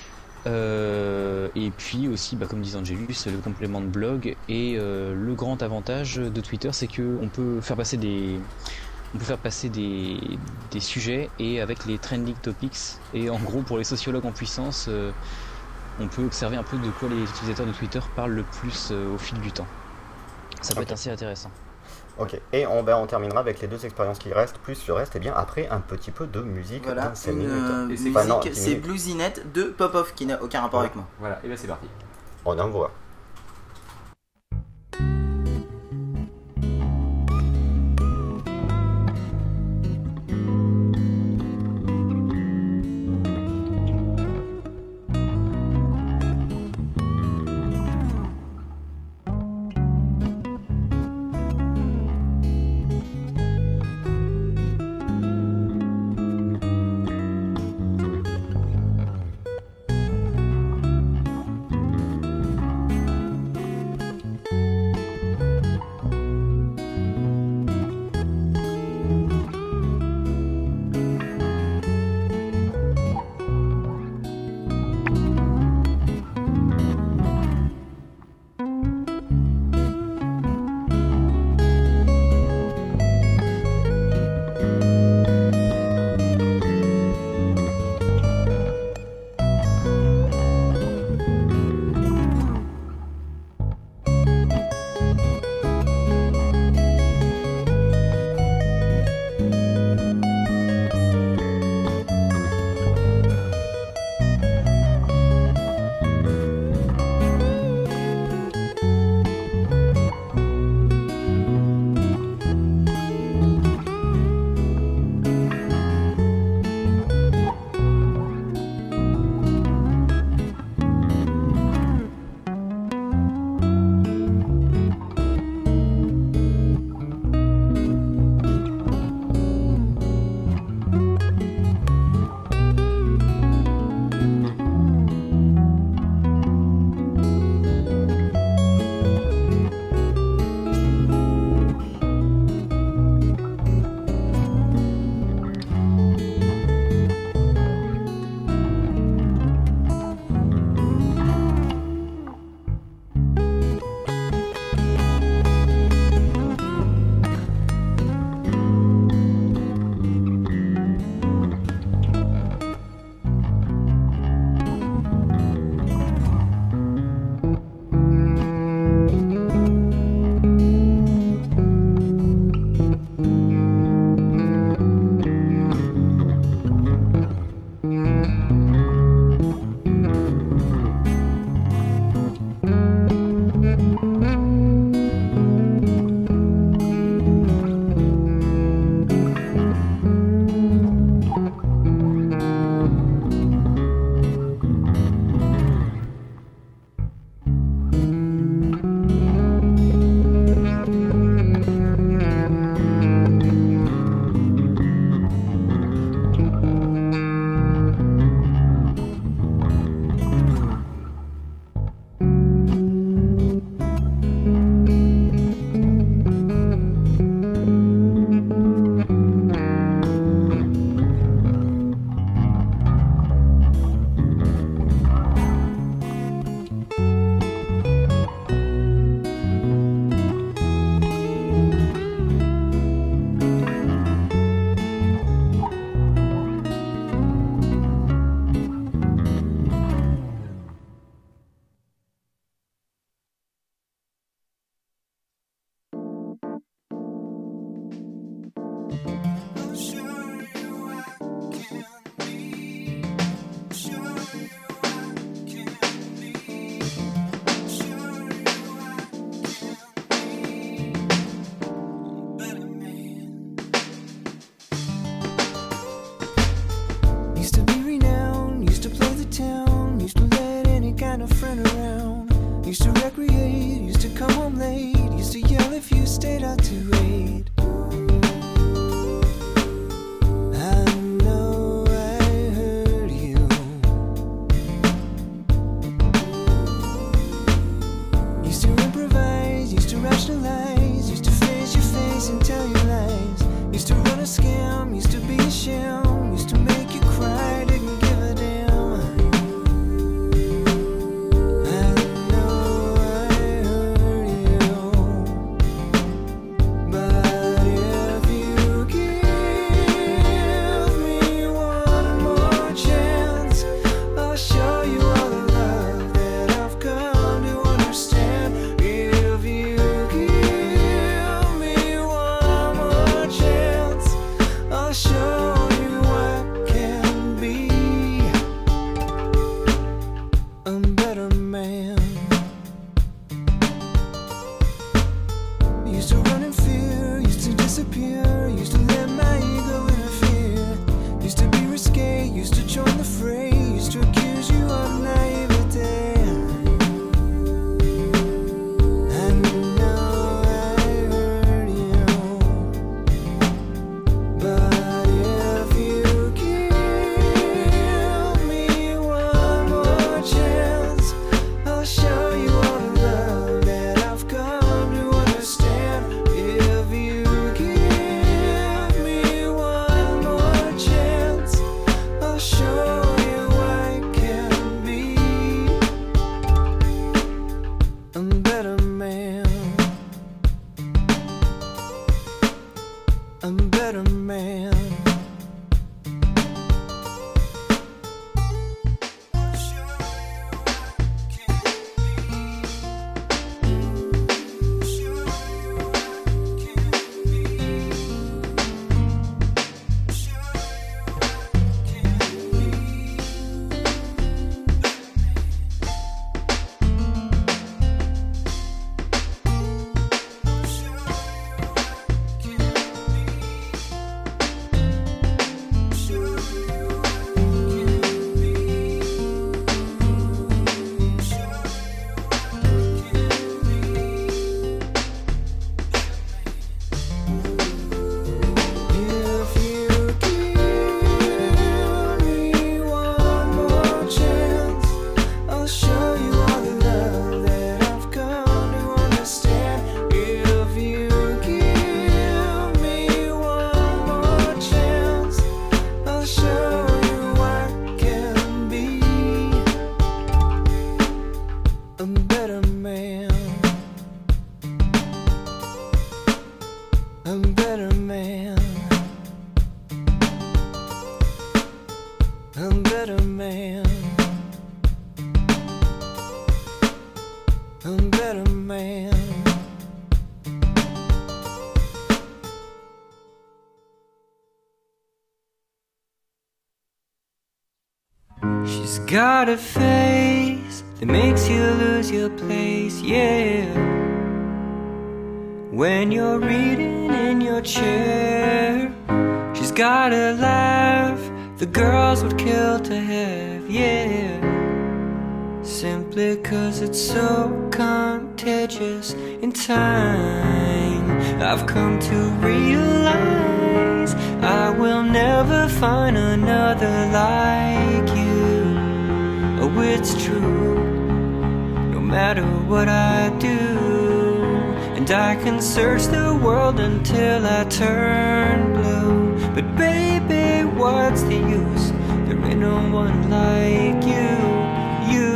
Euh, et puis aussi, bah, comme disait Angelus, le complément de blog. Et euh, le grand avantage de Twitter, c'est que on peut faire passer des, on peut faire passer des, des sujets et avec les trending topics. Et en gros, pour les sociologues en puissance. Euh, on peut observer un peu de quoi les utilisateurs de Twitter parlent le plus euh, au fil du temps. Ça peut Ok. être assez intéressant. Ok, et on, ben, on terminera avec les deux expériences qui restent, plus le reste, et bien après un petit peu de musique Voilà, dans cinq une minutes. euh, Et musique, c'est- Enfin, non, dix c'est minutes. Bluesinette de Pop-Off qui n'a aucun rapport Ouais. avec moi. Voilà, et ben c'est parti. On envoie. Used to recreate, used to come home late, used to yell if you stayed out too late. I know I hurt you. Used to improvise, used to rationalize, used to face your face and tell you lies. Used to run a scam, used to be a sham, used to make you cry, didn't give a damn. But Used to join the fray, used to accuse you of naivete. And now I hurt you. But if you give me one more chance, I'll show you all the love that I've come to understand. If you give me one more chance, I'll show you I can be a better man, a better man. I'll show you I can be. Show you I can be. Show you If you give me one more chance, I'll show you all the love that I've come to understand. If you give me one more chance, I'll show you I can be a better man, a better man, a better man, a better man. She's got a face that makes you lose your place, yeah. When you're reading in your chair, she's got a laugh the girls would kill to have, yeah. Simply 'cause it's so contagious in time, I've come to realize I will never find another like you. Oh, it's true, no matter what I do. And I can search the world until I turn blue. But baby, what's the use? There ain't no one like you, you.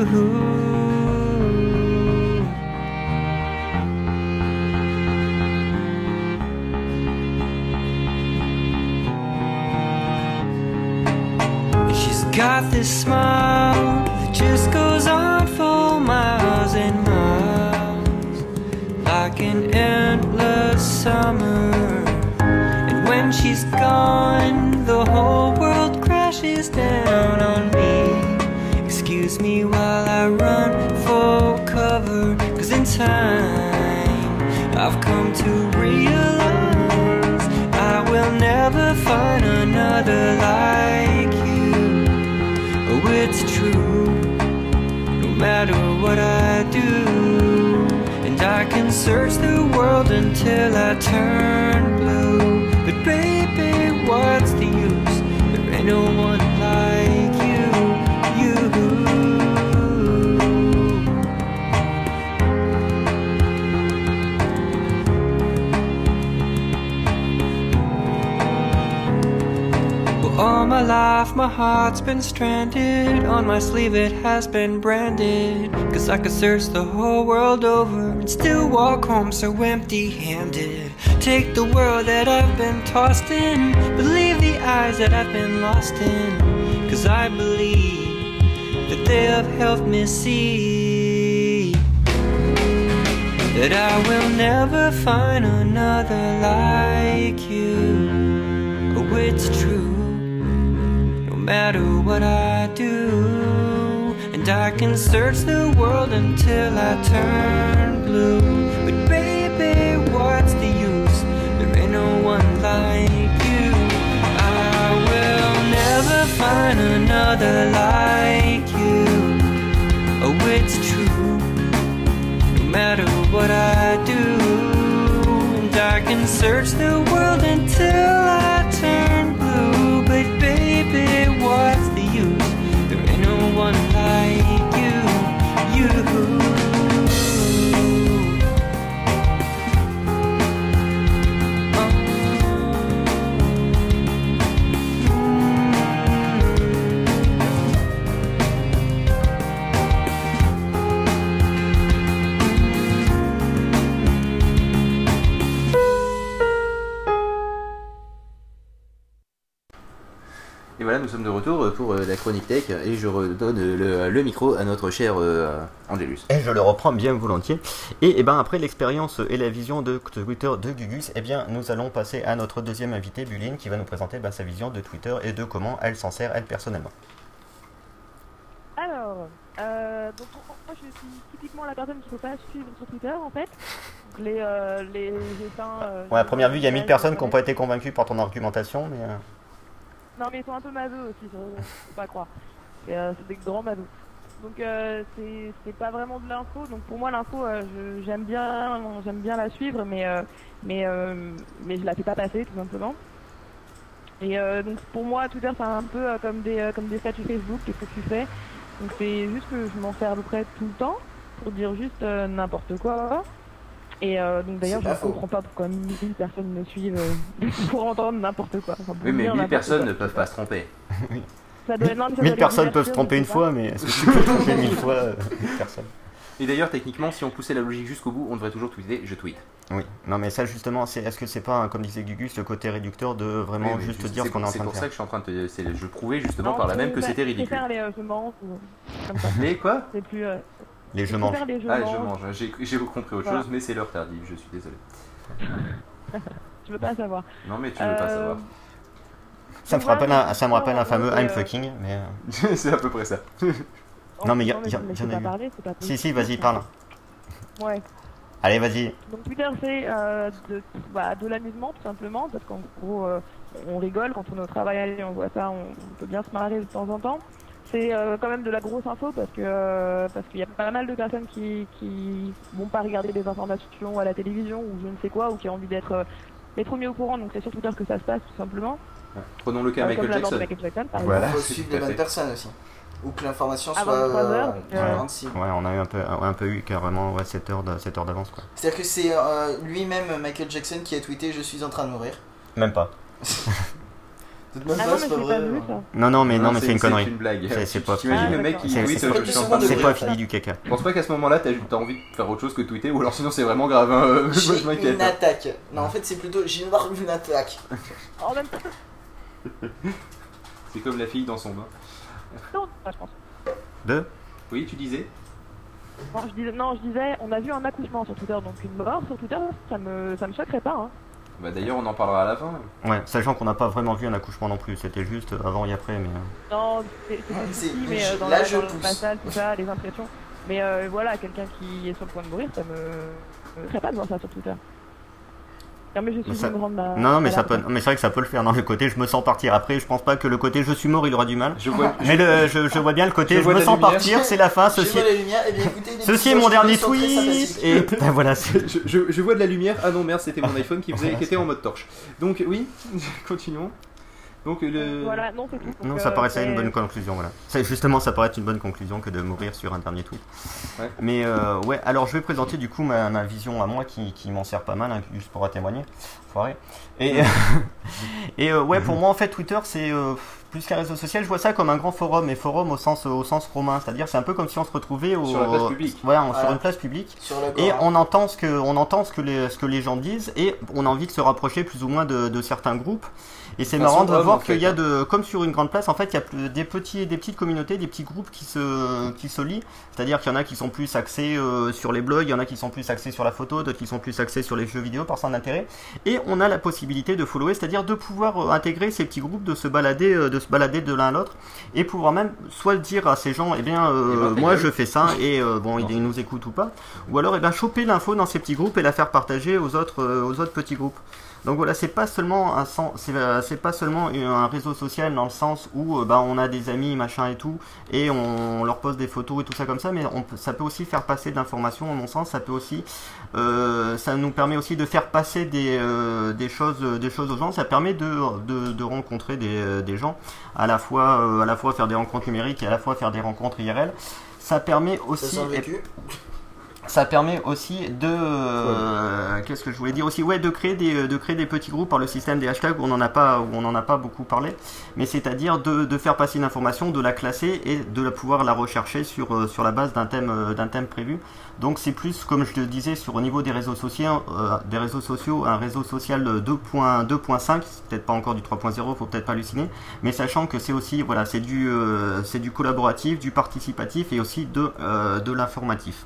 And she's got this smile that just goes on for miles and miles, like an endless summer. And when she's gone, the whole world crashes down on me. Excuse me while I run for cover, 'cause in time I've come to realize I will never find another like you. Oh, it's true, no matter what I do. And I can search the world until I turn blue. But baby, what's the use? There ain't no one like you, you. Well, all my life my heart's been stranded. On my sleeve it has been branded. 'Cause I could search the whole world over and still walk home so empty-handed. Take the world that I've been tossed in, believe the eyes that I've been lost in. 'Cause I believe that they have helped me see that I will never find another like you. Oh, it's true, no matter what I do. And I can search the world until I turn blue. But baby, what's the use? There ain't no one like you. I will never find find another like you. Oh, it's true. No matter what I do, and I can search the world until I turn blue. But baby, what's the use? There ain't no one like you, you. Et voilà, nous sommes de retour pour euh, la chronique tech et je redonne le, le micro à notre cher euh, Angelus. Et je le reprends bien volontiers. Et, et ben après l'expérience et la vision de Twitter de Gugus, et bien nous allons passer à notre deuxième invité, Buline, qui va nous présenter ben, sa vision de Twitter et de comment elle s'en sert elle personnellement. Alors, euh, donc moi je suis typiquement la personne qu'il ne faut pas suivre sur Twitter en fait. Donc, les, euh, les éteints... Euh, Ouais, à première vue, il y a mille personnes qui n'ont pas été convaincues par ton argumentation, mais... Euh... Non mais ils sont un peu masos aussi, faut pas croire. Et, euh, c'est des grands masos. Donc euh, c'est c'est pas vraiment de l'info. Donc pour moi l'info, euh, je- j'aime bien, j'aime bien la suivre, mais euh, mais euh, mais je la fais pas passer tout simplement. Et euh, donc pour moi Twitter c'est un peu euh, comme des euh, comme des statuts Facebook. Qu'est-ce que tu fais? Donc c'est juste que je m'en sers à peu près tout le temps pour dire juste euh, n'importe quoi. Et euh, donc d'ailleurs C'est je pas ne faux. comprends pas pourquoi mille personnes me suivent euh, pour entendre n'importe quoi. Enfin, pour Oui, mais dire mille n'importe personnes quoi. ne peuvent pas se tromper. Ça doit être- non, mais ça doit mille les personnes peuvent se divertir, tromper je une sais fois, mais est-ce que tu peux tromper mille fois euh, mille personnes? Et d'ailleurs, techniquement, si on poussait la logique jusqu'au bout, on devrait toujours tweeter je tweet. Oui, non mais ça justement, c'est, est-ce que c'est pas, comme disait Gugus, le côté réducteur de vraiment Oui, mais juste je- dire c'est ce qu'on est en C'est train de pour ça faire? que je suis en train de te. c'est- Je prouvais justement Non, par là même que bah, c'était je ridicule. préfère les euh, je mange ou comme ça. Mais quoi? C'est plus. euh, Les je je mange. préfère les je Ah, mange. je mange. J'ai j'ai compris autre Voilà. chose, mais c'est l'heure tardive, je suis désolé. Je veux pas savoir. Non, mais tu veux pas Euh, savoir. Ça me voilà, rappelle un, donc, ça me rappelle un fameux euh, I'm fucking, mais... euh, C'est à peu près ça. Non, mais y a- je y a- ne y laisse en a pas eu. parler, c'est pas Si, possible. si, vas-y, parle. Ouais. Allez, vas-y. Donc Twitter c'est euh, de, bah, de l'amusement tout simplement parce qu'en gros euh, on rigole quand on est au travail et on voit ça, on, on peut bien se marrer de temps en temps. C'est euh, quand même de la grosse info parce que euh, parce qu'il y a pas mal de personnes qui qui vont pas regarder des informations à la télévision ou je ne sais quoi ou qui ont envie d'être euh, les premiers au courant, donc c'est sur Twitter que ça se passe tout simplement. Prenons le cas Euh, Michael comme la mort de Jackson. Michael Jackson par Voilà. exemple. Il faut c'est suivre tout à les bonnes fait. personnes aussi. Ou que l'information Avant soit trois heures, euh, euh, compréhensible. Ouais, on a eu un peu, un peu eu carrément ouais, sept heures de- sept heures d'avance, quoi. C'est-à-dire que c'est euh, lui-même, Michael Jackson, qui a tweeté « Je suis en train de mourir Même pas. ». Peut-être même Ah pas, non c'est mais pas j'ai vrai. pas vu hein. ça. Non, non, mais, non, mais c'est une C'est connerie. une blague. C'est- c'est pas- T'imagines Ah, le mec d'accord. qui C'est- tweet c'est- euh, c'est- je suis en train de c'est C'est mourir. pas fini du caca. Je pense pas qu'à ce moment-là, t'as t'as envie de faire autre chose que tweeter, ou alors sinon c'est vraiment grave. Hein, euh, moi, je J'ai m'inquiète. une attaque. Non, en fait, c'est plutôt « J'ai une attaque En même temps, C'est comme la fille dans son bain. non, je pense. Deux. Oui, tu disais Non, je disais, non, je disais, on a vu un accouchement sur Twitter, donc une mort sur Twitter, ça me, ça me choquerait pas. Hein. Bah d'ailleurs, on en parlera à la fin. Ouais, sachant qu'on n'a pas vraiment vu un accouchement non plus, c'était juste avant et après, mais... euh, Non, c'est c'est C'est- petit, mais euh, dans là, la, je dans le pousse. passage, tout ça, les impressions. Mais euh, voilà, quelqu'un qui est sur le point de mourir, ça me, me ferait pas de voir ça sur Twitter. Non, mais je suis Ça- une grande. Non, non, mais ça peut, mais c'est vrai que ça peut le faire. Dans le côté, je me sens partir. Après, je pense pas que le côté, je suis mort, il aura du mal. Je vois, Mais le, je, je vois bien le côté, Je je, vois me la sens lumière. partir, c'est la fin. Je Ceci, vois la lumière, et bien écoutez, les ceci est petits mon anges dernier sont très tweet. sympathiques. Et ben voilà. c'est- je, je- je vois de la lumière. Ah non, merde, c'était mon iPhone qui, faisait, qui était en mode torche. Donc, oui, continuons. Donc, le. Voilà, non, c'est tout. Donc, Non, ça euh, paraissait une c'est- bonne conclusion, voilà. C'est justement, ça paraît être une bonne conclusion que de mourir sur un dernier tweet. Ouais. Mais euh, ouais, alors je vais présenter du coup ma, ma vision à moi qui, qui m'en sert pas mal, hein, juste pour témoigner. Foiré. Et, et euh, ouais, pour moi en fait, Twitter c'est euh, plus qu'un réseau social, je vois ça comme un grand forum, et forum au sens, au sens romain, c'est-à-dire c'est un peu comme si on se retrouvait au, Sur la place publique. Voilà, on- sur Voilà. une place publique. Sur la Et Cora. on entend ce que, on entend ce que, les, ce que les gens disent et on a envie de se rapprocher plus ou moins de, de certains groupes. Et c'est De façon marrant de homme, voir en fait, qu'il y a hein. de, comme sur une grande place, en fait, il y a plus- des petits, des petites communautés, des petits groupes qui se, qui se lient. C'est-à-dire qu'il y en a qui sont plus axés euh, sur les blogs, il y en a qui sont plus axés sur la photo, d'autres qui sont plus axés sur les jeux vidéo par son intérêt. Et on a la possibilité de follower, c'est-à-dire de pouvoir euh, intégrer ces petits groupes, de se balader, euh, de se balader de l'un à l'autre, et pouvoir même soit dire à ces gens, eh bien, euh, Eh ben, ta moi gueule. je fais ça et euh, bon, ils, ils nous écoutent ou pas, ou alors eh ben choper l'info dans ces petits groupes et la faire partager aux autres, euh, aux autres petits groupes. Donc voilà, c'est pas seulement un sens, c'est, euh, c'est pas seulement un réseau social dans le sens où euh, bah, on a des amis machin et tout et on, on leur poste des photos et tout ça comme ça, mais on peut, ça peut aussi faire passer de l'information. À mon sens, ça peut aussi, euh, ça nous permet aussi de faire passer des, euh, des choses, des choses aux gens. Ça permet de, de, de rencontrer des, des gens, à la fois, euh, à la fois faire des rencontres numériques et à la fois faire des rencontres I R L. Ça permet aussi. Ça sent le vécu. Ça permet aussi de euh, qu'est-ce que je voulais dire aussi ouais de créer des de créer des petits groupes par le système des hashtags où on n'en a pas où on n'en a pas beaucoup parlé, mais c'est-à-dire de, de faire passer une information, de la classer et de la pouvoir la rechercher sur euh, sur la base d'un thème euh, d'un thème prévu. Donc c'est plus comme je le disais sur au niveau des réseaux sociaux euh, des réseaux sociaux un réseau social deux point cinq, c'est peut-être pas encore du trois point zéro, faut peut-être pas halluciner, mais sachant que c'est aussi voilà c'est du euh, c'est du collaboratif, du participatif et aussi de euh, de l'informatif.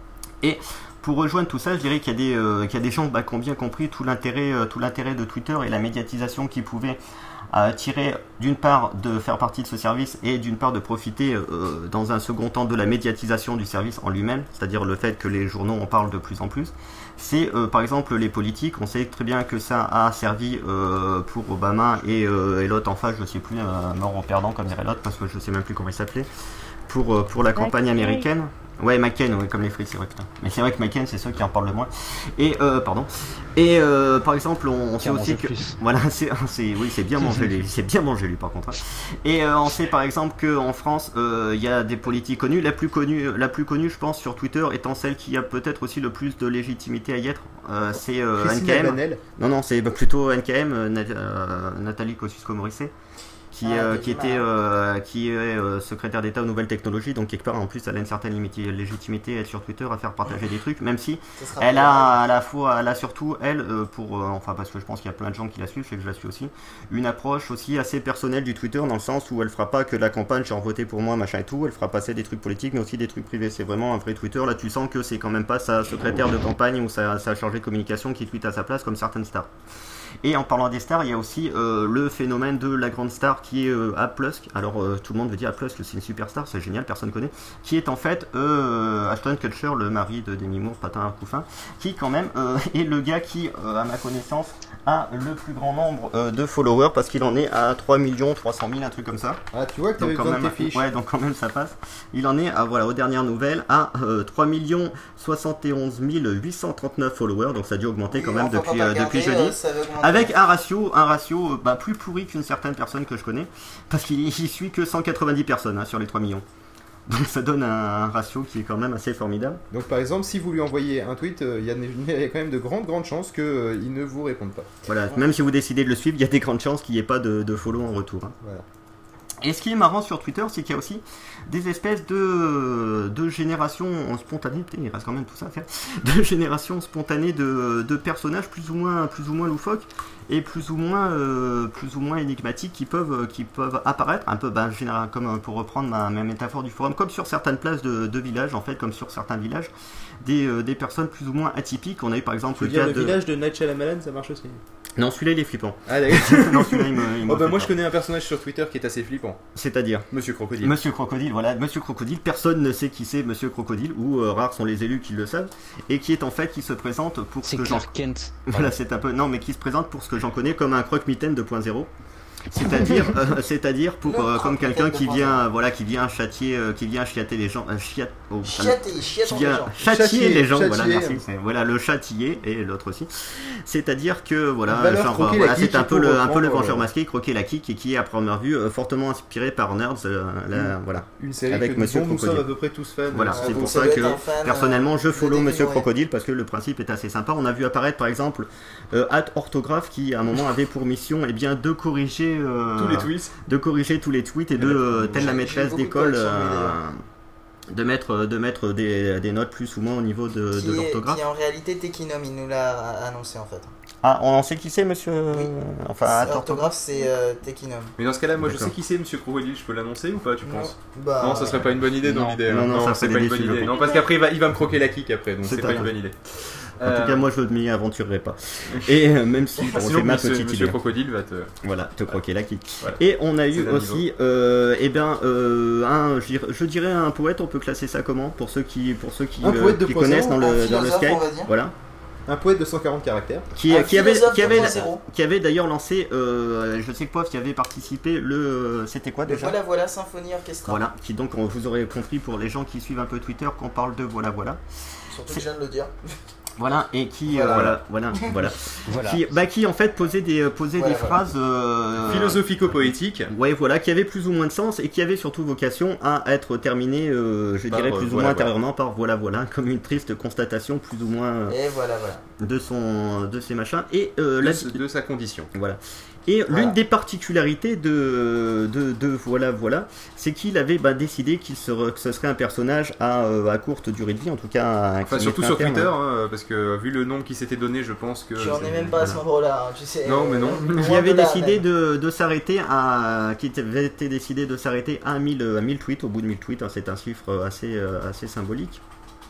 Et pour rejoindre tout ça, je dirais qu'il y a des, euh, qu'il y a des gens bah, qui ont bien compris tout l'intérêt, euh, tout l'intérêt de Twitter et la médiatisation qui pouvait euh, tirer d'une part de faire partie de ce service et d'une part de profiter euh, dans un second temps de la médiatisation du service en lui-même, c'est-à-dire le fait que les journaux en parlent de plus en plus. C'est euh, par exemple les politiques, on sait très bien que ça a servi euh, pour Obama et, euh, et l'autre en face, je sais plus, euh, mort au perdant comme dirait l'autre parce que je sais même plus comment il s'appelait, pour, euh, pour la campagne américaine. Ouais, McCain, ouais, comme les frites, c'est vrai, putain. Mais c'est vrai que McCain, c'est ceux qui en parlent le moins. Et, euh, pardon. Et, euh, par exemple, on, on sait aussi que. Plus. Voilà, c'est, c'est, oui, c'est bien mangé, lui. C'est bien mangé, lui, par contre. Et, euh, on sait, par exemple, qu'en France, il euh, y a des politiques connues. La plus connue, la plus connue, je pense, sur Twitter, étant celle qui a peut-être aussi le plus de légitimité à y être, euh, c'est euh, N K M. Banel. Non, non, c'est plutôt N K M, euh, Nat- euh, Nathalie Kosciusko-Morizet. Qui, ah, euh, qui était euh, qui est euh, secrétaire d'État aux nouvelles technologies, donc quelque part en plus elle a une certaine limiti- légitimité elle, sur Twitter à faire partager des trucs, même si elle a à la fois elle a surtout elle euh, pour euh, enfin parce que je pense qu'il y a plein de gens qui la suivent, je sais que je la suis aussi, une approche aussi assez personnelle du Twitter dans le sens où elle fera pas que la campagne genre voter pour moi machin et tout, elle fera passer des trucs politiques mais aussi des trucs privés, c'est vraiment un vrai Twitter. Là tu sens que c'est quand même pas sa secrétaire de campagne ou sa, sa chargée de communication qui tweet à sa place comme certaines stars. Et en parlant des stars, il y a aussi euh, le phénomène de la grande star qui est euh, Aplusk. Alors euh, tout le monde veut dire Aplusk, c'est une superstar, c'est génial, personne connaît. Qui est en fait euh, Ashton Kutcher, le mari de Demi Moore, patin à couffin, qui quand même euh, est le gars qui, euh, à ma connaissance, a le plus grand nombre euh, de followers parce qu'il en est à trois millions trois cent mille, un truc comme ça. Ah, tu vois que t'avais besoin de tes fiches. Ouais, donc quand même ça passe. Il en est à, voilà, aux dernières nouvelles à euh, trois millions soixante et onze mille huit cent trente-neuf followers, donc ça a dû augmenter quand oui, même depuis, euh, depuis jeudi. Euh, avec un ratio, un ratio euh, bah, plus pourri qu'une certaine personne que je connais, parce qu'il y suit que cent quatre-vingt-dix personnes hein, sur les trois millions. Donc ça donne un, un ratio qui est quand même assez formidable. Donc par exemple, si vous lui envoyez un tweet, il euh, y, y a quand même de grandes grandes chances qu'il euh, ne vous réponde pas. Voilà, même si vous décidez de le suivre, il y a des grandes chances qu'il n'y ait pas de, de follow en retour. Hein. Voilà. Et ce qui est marrant sur Twitter, c'est qu'il y a aussi des espèces de, de générations spontanées, il reste quand même tout ça à faire, de générations spontanées de, de personnages plus ou moins, plus ou moins loufoques et plus ou moins, euh, plus ou moins énigmatiques qui peuvent, qui peuvent apparaître, un peu ben, général, comme pour reprendre ma, ma métaphore du forum, comme sur certaines places de, de villages, en fait, comme sur certains villages, des, euh, des personnes plus ou moins atypiques. On a eu par exemple le cas de... le village de Night Shyamalan, ça marche aussi. Non, celui-là il est flippant. Ah d'accord. Non, celui-là il me, il me oh, bah, moi je connais un personnage sur Twitter qui est assez flippant. C'est-à-dire Monsieur Crocodile. Monsieur Crocodile, voilà, Monsieur Crocodile, personne ne sait qui c'est Monsieur Crocodile, ou euh, rares sont les élus qui le savent, et qui est en fait, qui se présente pour ce c'est que Clark j'en... Kent. Voilà, c'est un peu... Non, mais qui se présente pour ce que j'en connais comme un croque-mitaine deux point zéro. C'est-à-dire, euh, c'est-à-dire pour euh, comme quelqu'un qui vient, voilà, qui vient châtier, euh, qui vient chiater les gens, euh, chiat, oh, chiater, chiater qui vient les gens. châtier, châtier les gens, châtier. voilà, merci, c'est, voilà, le châtier et l'autre aussi. C'est-à-dire que voilà, genre, euh, voilà, c'est un peu le, un peu le euh, vengeur masqué, croquer la kick et qui est à première vue euh, fortement inspiré par Nerds, euh, la, mmh. voilà. Une série avec que Monsieur dont nous Crocodile. sommes à peu près tous fans. Voilà, Ah, c'est vous pour savez ça que être fan, personnellement euh, je follow de Monsieur Démon, Crocodile parce que le principe est assez sympa. On a vu apparaître par exemple euh, At Orthographe qui à un moment avait pour mission eh bien de corriger euh, tous les tweets, de corriger tous les tweets et de euh, telle la maîtresse d'école euh, de mettre de mettre des, des notes plus ou moins au niveau de, qui de est, l'orthographe. Qui est en réalité Techinom, il nous l'a annoncé en fait. Ah, on en sait qui c'est, Monsieur Oui. Enfin, At Orthographe, c'est euh, Techinom. Mais dans ce cas-là, moi D'accord. je sais qui c'est Monsieur Crocodile, je peux l'annoncer ou pas, tu Non. penses Bah, Non, ça serait pas une bonne idée dans non. l'idée. Non, hein. non, ça c'est ferait pas des une bonne déçus, idée. je Non, pense. parce qu'après il va, il va me croquer la kick après, donc C'est c'est pas rien. une bonne idée. En tout cas, moi je ne m'y aventurerai pas. Et euh, même si Ah, bon, sinon, c'est ma Monsieur, petite Monsieur idée. Crocodile va te. Voilà, te croquer la kick. Voilà. Et on a C'est eu d'un aussi, euh, eh ben, euh, un, je dirais- je dirais un poète. On peut classer ça comment pour ceux qui, pour ceux qui, Un euh, poète qui deux point zéro, connaissent dans un le dans le philosophe, Skype. on va dire. Voilà. Un poète de cent quarante caractères. Qui, Un qui avait, philosophe qui avait, deux point zéro. qui avait d'ailleurs lancé, euh, je sais que Pof y avait participé, le. C'était quoi Le déjà? Voilà Voilà Symphonie Orchestra. Voilà, qui donc, on- vous aurez compris pour les gens qui suivent un peu Twitter qu'on parle de voilà voilà. Surtout que je viens de le dire. Voilà, et qui. Voilà. euh, voilà, voilà. Voilà. Qui, bah, qui en fait posait des, euh, posait Voilà, des voilà. phrases. euh, Philosophico-poétique. Ouais, voilà, qui avaient plus ou moins de sens et qui avaient surtout vocation à être terminées, euh, je Par, dirais euh, plus ou voilà, moins intérieurement par voilà voilà, comme une triste constatation plus ou moins euh, Et voilà, voilà. de son, de ses machins. Et euh, De, la- ce- de sa condition. Voilà. Et Voilà. l'une des particularités de, de, de Voilà Voilà, c'est qu'il avait bah, décidé qu'il serait, que ce serait un personnage à, euh, à courte durée de vie, en tout cas. Enfin, qui surtout mettrait sur un terme. Twitter, hein, parce que vu le nom qui s'était donné, je pense que. Tu en c'est- es même pas à ce endroit-là, hein, tu sais. Non, mais non. euh, Qui loin avait de là, décidé même. de, de s'arrêter à. Qui avait été décidé de s'arrêter à mille, à mille tweets, au bout de mille tweets, hein, c'est un chiffre assez, euh, assez symbolique.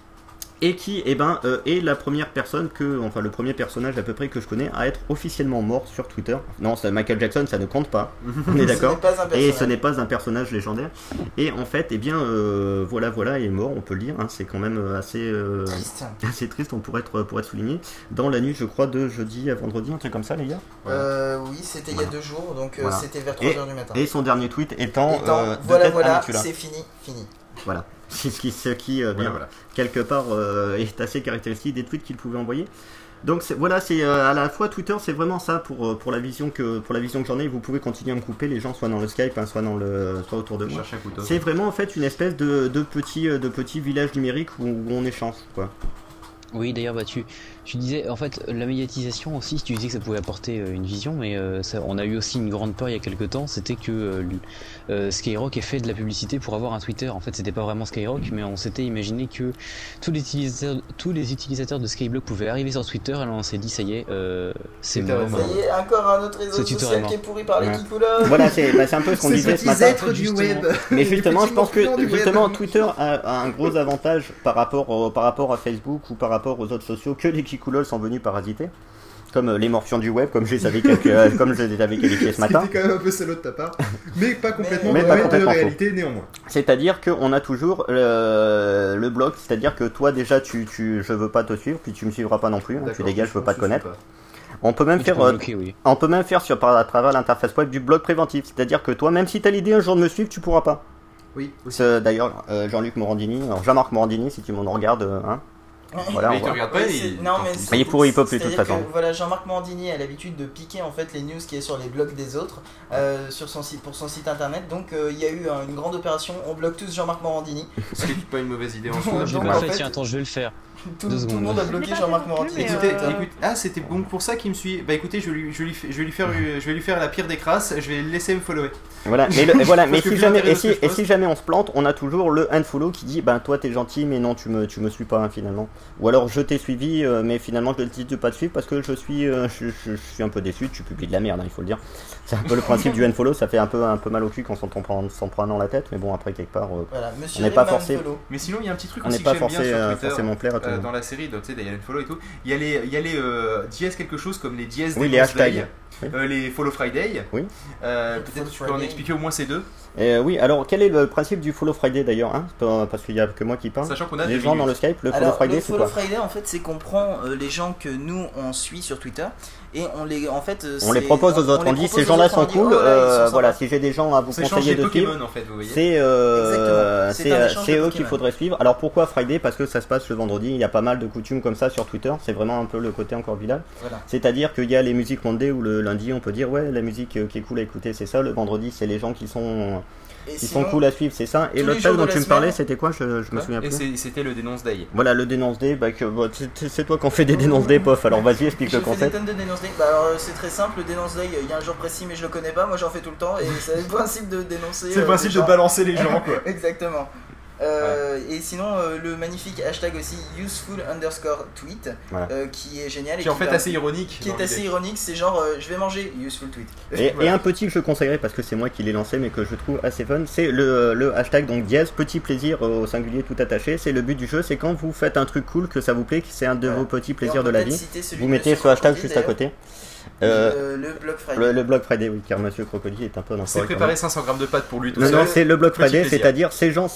Et qui eh ben, euh, est la première personne que, enfin le premier personnage à peu près que je connais à être officiellement mort sur Twitter. Non, c'est Michael Jackson, ça ne compte pas. On est d'accord. Ce n'est pas un Et personnage. ce n'est pas un personnage légendaire. Et en fait, eh bien, euh, voilà, voilà, il est mort, on peut le dire. Hein, c'est quand même assez, euh, Triste. assez triste, on pourrait être, pour être souligné. Dans la nuit, je crois, de jeudi à vendredi, un truc comme ça, les gars. Euh, oui, c'était il y a Voilà. deux jours, donc euh, Voilà. c'était vers trois heures du matin. Et son dernier tweet étant, Étant, euh, de voilà, tête, voilà, ah, tu l'as. c'est fini, fini. Voilà. C'est ce qui, ce qui euh, Voilà, bien, voilà. quelque part, euh, est assez caractéristique des tweets qu'il pouvait envoyer. Donc c'est- voilà, c'est euh, à la fois Twitter, c'est vraiment ça pour, euh, pour la vision que pour la vision que j'en ai. Vous pouvez continuer à me couper, les gens soit dans le Skype, hein, soit dans le, soit autour de Je moi. cherche un couteau. C'est vraiment en fait une espèce de, de petit euh, de petit village numérique où, où on échange quoi. Oui, d'ailleurs, bah, tu, tu disais, en fait, la médiatisation aussi, tu disais que ça pouvait apporter euh, une vision, mais euh, ça, on a eu aussi une grande peur il y a quelques temps, c'était que euh, l- euh, Skyrock ait fait de la publicité pour avoir un Twitter. En fait, c'était pas vraiment Skyrock, mais on s'était imaginé que tous les utilisateurs, tous les utilisateurs de Skyblog pouvaient arriver sur Twitter, et là on s'est dit, ça y est, euh, c'est Twitter mort. est Ça mort. y est, encore un autre réseau Ce tuteur est social mort. qui est pourri par les Ouais. kikoulas. Voilà, c'est bah, c'est un peu ce qu'on Ces disait ce petits matin. êtres du justement. web. Mais justement, Les je pense petits morpions que du web. justement Twitter a, a un gros avantage par rapport au- par rapport à Facebook ou par rapport aux autres sociaux que les kikoulols sont venus parasiter. Comme euh, les morpions du web, comme je les avais, quelques- euh, comme je les avais qualifiés ce matin. C'était quand même un peu salaud de ta part, mais pas complètement Mais dans pas la complètement faux. réalité néanmoins. C'est-à-dire qu'on a toujours euh, le blog, c'est-à-dire que toi déjà tu, tu je veux pas te suivre, puis tu me suivras pas non plus, hein, tu D'accord, dégages, je veux pas te pense connaître. que c'est On peut même Oui, tu faire peux euh, bloquer, oui. on peut même faire sur par à travers l'interface web du blog préventif, c'est-à-dire que toi même si t'as l'idée un jour de me suivre, tu pourras pas. Oui, aussi. C'est- D'ailleurs euh, Jean-Luc Morandini, alors Jean-Marc Morandini si tu m'en regardes euh, hein. Voilà, Mais on il te voit. regarde pas, Ouais, il- c'est- non, mais il- c'est- il est pourri, il peut plus, de toute c'est-à-dire façon. que, voilà, Jean-Marc Morandini a l'habitude de piquer en fait les news qui est sur les blogs des autres euh, sur son site, pour son site internet. Donc euh, il y a eu euh, une grande opération. On bloque tous Jean-Marc Morandini. Ce qui n'est pas une mauvaise idée en Donc, soi. J'ai donc, pas en fait, fait- tiens, attends, je vais le faire. Tout, Deux tout le secondes. monde a Je bloqué l'ai pas Jean-Marc fait non plus, Morandini. mais, Écoutez, euh, écoute- ah c'était donc pour ça qu'il me suit. Bah écoutez, je, lui, je, lui fais- je vais lui faire, je vais lui faire la pire des crasses. Je vais le laisser me follower. Voilà, mais, le- et voilà, mais Parce que si vu jamais l'intérêt et de ce si, que je et poste- si jamais on se plante, on a toujours le unfollow qui dit ben toi t'es gentil mais non tu me tu me suis pas hein, finalement. Ou alors je t'ai suivi euh, mais finalement je te dis de pas te suivre parce que je suis euh, je, je- je suis un peu déçu, tu publies de la merde, hein, il faut le dire. C'est un peu le principe du unfollow, ça fait un peu un peu mal au cul quand on s'en prend s'en prend dans la tête, mais bon après quelque part euh, Voilà, monsieur On n'est pas Rayman forcé. Follow. Mais sinon, il y a un petit truc on aussi n'est que pas j'aime bien forcé sur euh, Twitter. forcément plaire à tout le Euh, monde. dans la série, donc, tu sais, il y a le follow et tout. Il y a les, il y a les euh, dièses quelque chose comme les dièses Oui, des les Wednesday, hashtags. Oui. euh, les follow Friday. Oui. Euh, Les Peut-être follow que tu peux en Friday. expliquer au moins ces deux, Et, euh, oui, alors quel est le principe du follow Friday d'ailleurs hein parce qu'il y a que moi qui parle. sachant qu'on a Les deux gens dans le minutes. Skype, le follow Alors, Friday le c'est Follow quoi? Friday, en fait, c'est qu'on prend euh, les gens que nous on suit sur Twitter et on les, en fait, euh, On les c'est- propose aux autres, on, les dit propose ces aux gens-là autres, sont on dit, cool, oh là, ils euh, sont voilà, sympas. si j'ai des gens à vous C'est échange conseiller des de suivre. Pokémon en fait, vous voyez. C'est euh, Exactement. c'est C'est un euh, échange c'est de eux Pokémon. qu'il faudrait suivre. Alors pourquoi Friday? Parce que ça se passe le vendredi. Il y a pas mal de coutumes comme ça sur Twitter. C'est vraiment un peu le côté encore vilain. Voilà. C'est-à-dire qu'il y a les musiques Monday où le lundi on peut dire ouais la musique euh, qui est cool à écouter c'est ça. Le vendredi c'est les gens qui sont Et qui sinon, sont cool à suivre c'est ça. Et tous l'autre les page jours dont de tu la me parlais semaine- c'était quoi? Je, je me souviens Et plus. c'est- c'était le dénonce day. Voilà le dénonce day. Bah, que, bah, c'est- c'est toi qui en fais des dénonces day pof. Alors vas-y explique je le fais des concept. tonnes de dénonce day. Bah alors euh, c'est très simple, le dénonce day, il y a un jour précis mais je le connais pas, moi j'en fais tout le temps et c'est le principe de dénoncer. C'est le euh, principe les de gens. balancer les gens quoi. Exactement. Euh, Et sinon euh, le magnifique hashtag aussi useful underscore tweet Voilà. euh, qui est génial et Qui est en qui fait permet- assez ironique. qui dans est assez l'idée. ironique, c'est genre euh, je vais manger useful tweet. Et, Voilà. et un petit que je conseillerais parce que c'est moi qui l'ai lancé mais que je trouve assez fun, c'est le, le hashtag donc dièse petit plaisir au singulier tout attaché. C'est le but du jeu, c'est quand vous faites un truc cool que ça vous plaît, que c'est un de Voilà. vos petits Et on plaisirs peut de la peut-être vie. citer celui Vous de mettez Monsieur ce hashtag Crocodile, juste à côté. Euh, Euh, le blog Friday. le, le Blog Friday, oui, car Monsieur Crocodile est un peu dans C'est préparé cinq cents grammes de pâtes pour lui tout Non, seul. non, c'est le Blog Petit Friday, plaisir. c'est-à-dire ces gens, c'est des nazes,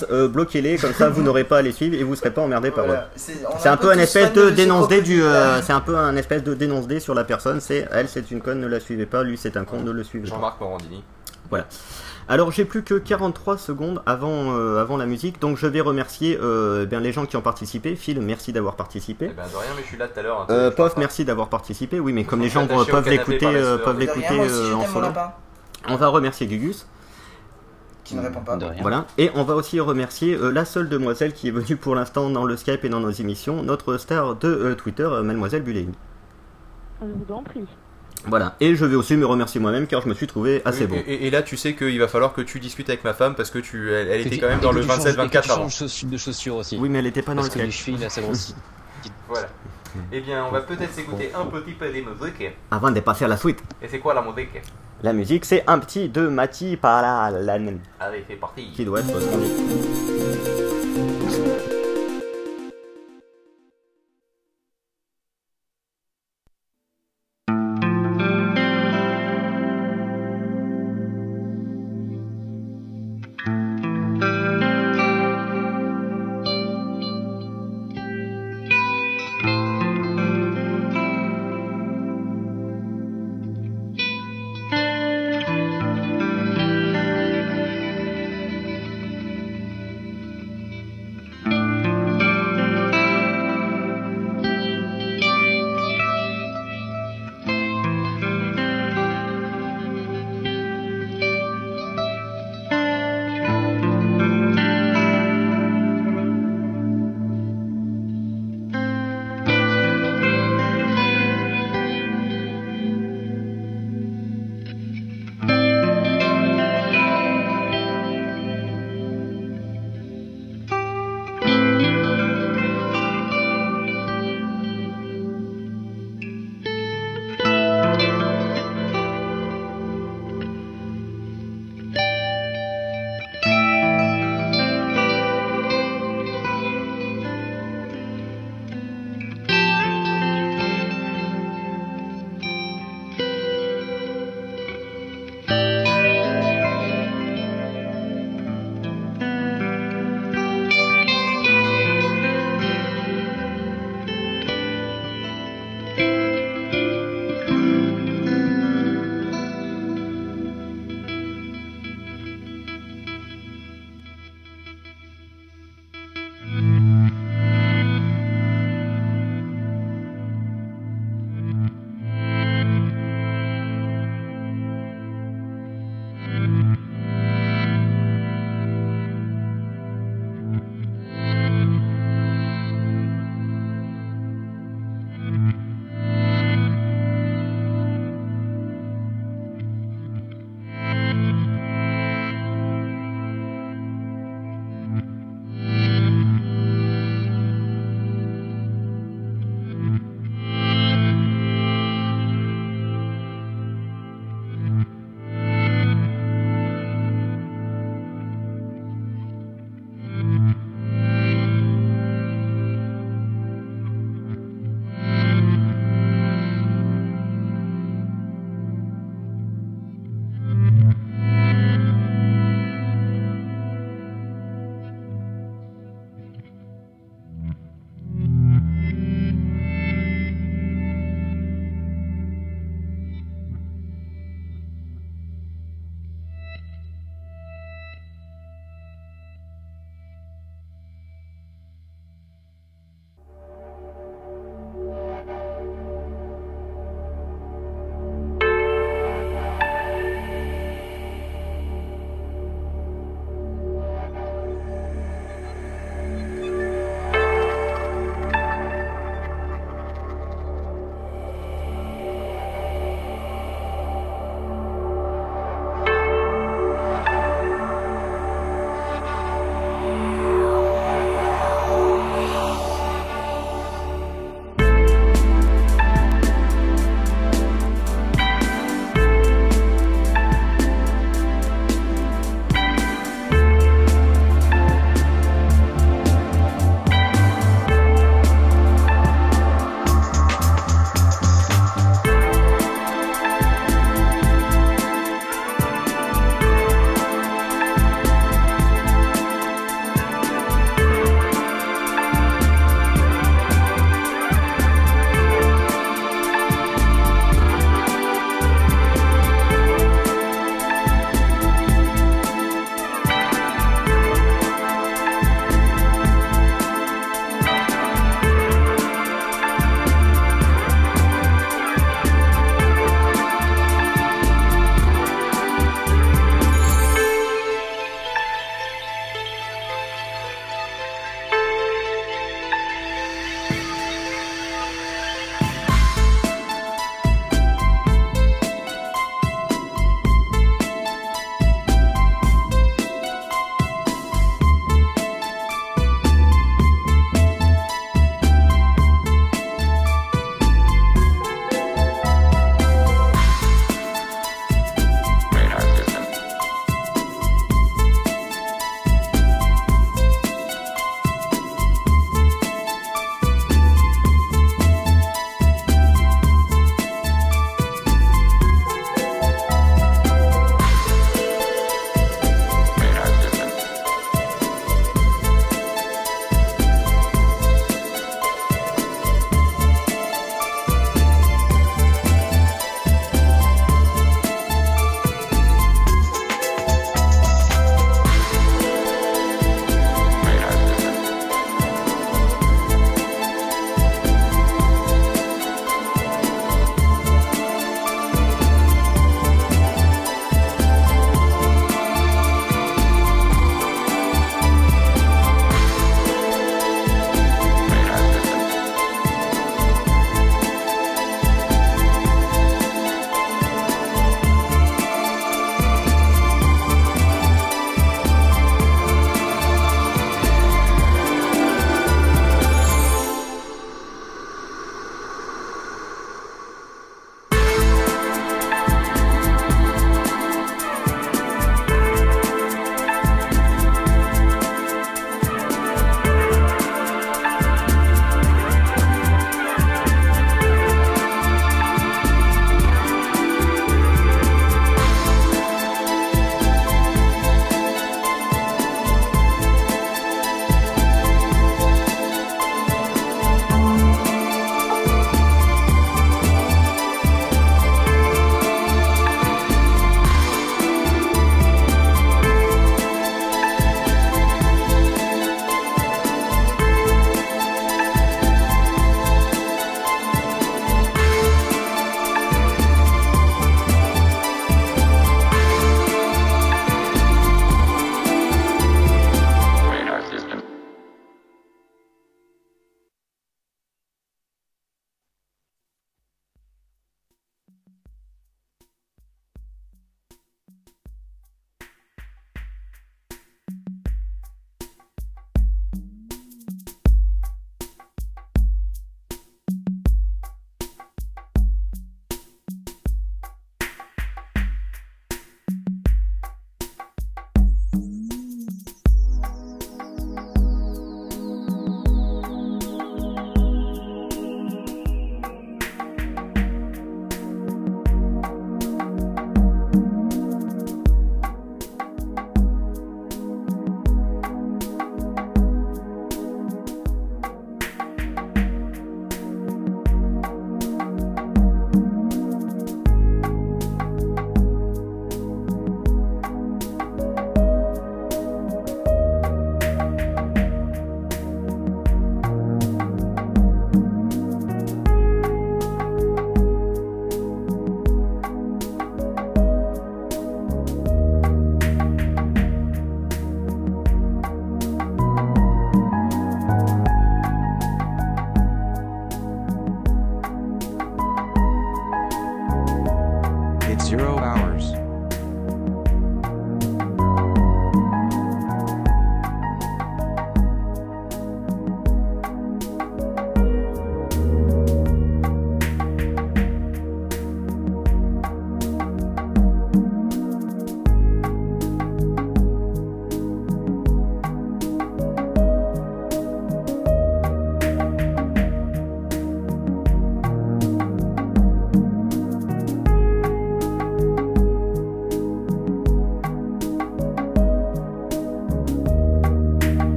phrase, euh, bloquez-les, comme ça vous n'aurez pas à les suivre et vous serez pas emmerdé par eux. Voilà. C'est on C'est est un peu un tous espèce fans de Monsieur dénonce-dé du, Crocodile, euh, là. c'est un peu un espèce de dénonce-dé sur la personne. C'est elle, c'est une conne, ne la suivez pas. Lui, c'est un con, ne le suivez pas. Jean-Marc Morandini. Alors j'ai plus que quarante-trois secondes avant, euh, avant la musique, donc je vais remercier euh, bien les gens qui ont participé. Phil, merci d'avoir participé. Eh ben de rien, mais je suis là tout à l'heure. hein, Euh, je Pof, pense pas. merci d'avoir participé. Oui, mais comme Ils les sont gens attachés au peuvent canapé l'écouter, par les euh, sœurs. peuvent De rien, l'écouter moi aussi, euh, je en t'aime, mon solo. lapin. On va remercier Gugus. Qui ne répond pas. De rien. Voilà, et on va aussi remercier euh, la seule demoiselle qui est venue pour l'instant dans le Skype et dans nos émissions, notre star de euh, Twitter, euh, Mademoiselle Buléine. Je vous en prie. Voilà, et je vais aussi me remercier moi-même car je me suis trouvé assez Oui, beau. Et, et- et là, tu sais qu'il va falloir que tu discutes avec ma femme parce que tu, elle, elle était Et quand même que dans le tu changes- vingt-sept vingt-quatre et que tu avant. changes chauss- de chaussures aussi. Oui, mais elle était pas dans Parce le que les Skype. chevilles là, ça grossit. Voilà. Eh bien, on va peut-être s'écouter un petit peu des musiques. Avant de passer à la suite. Et c'est quoi la musique? La musique, c'est un petit de Mati Palalan Allez, c'est parti. qui doit être son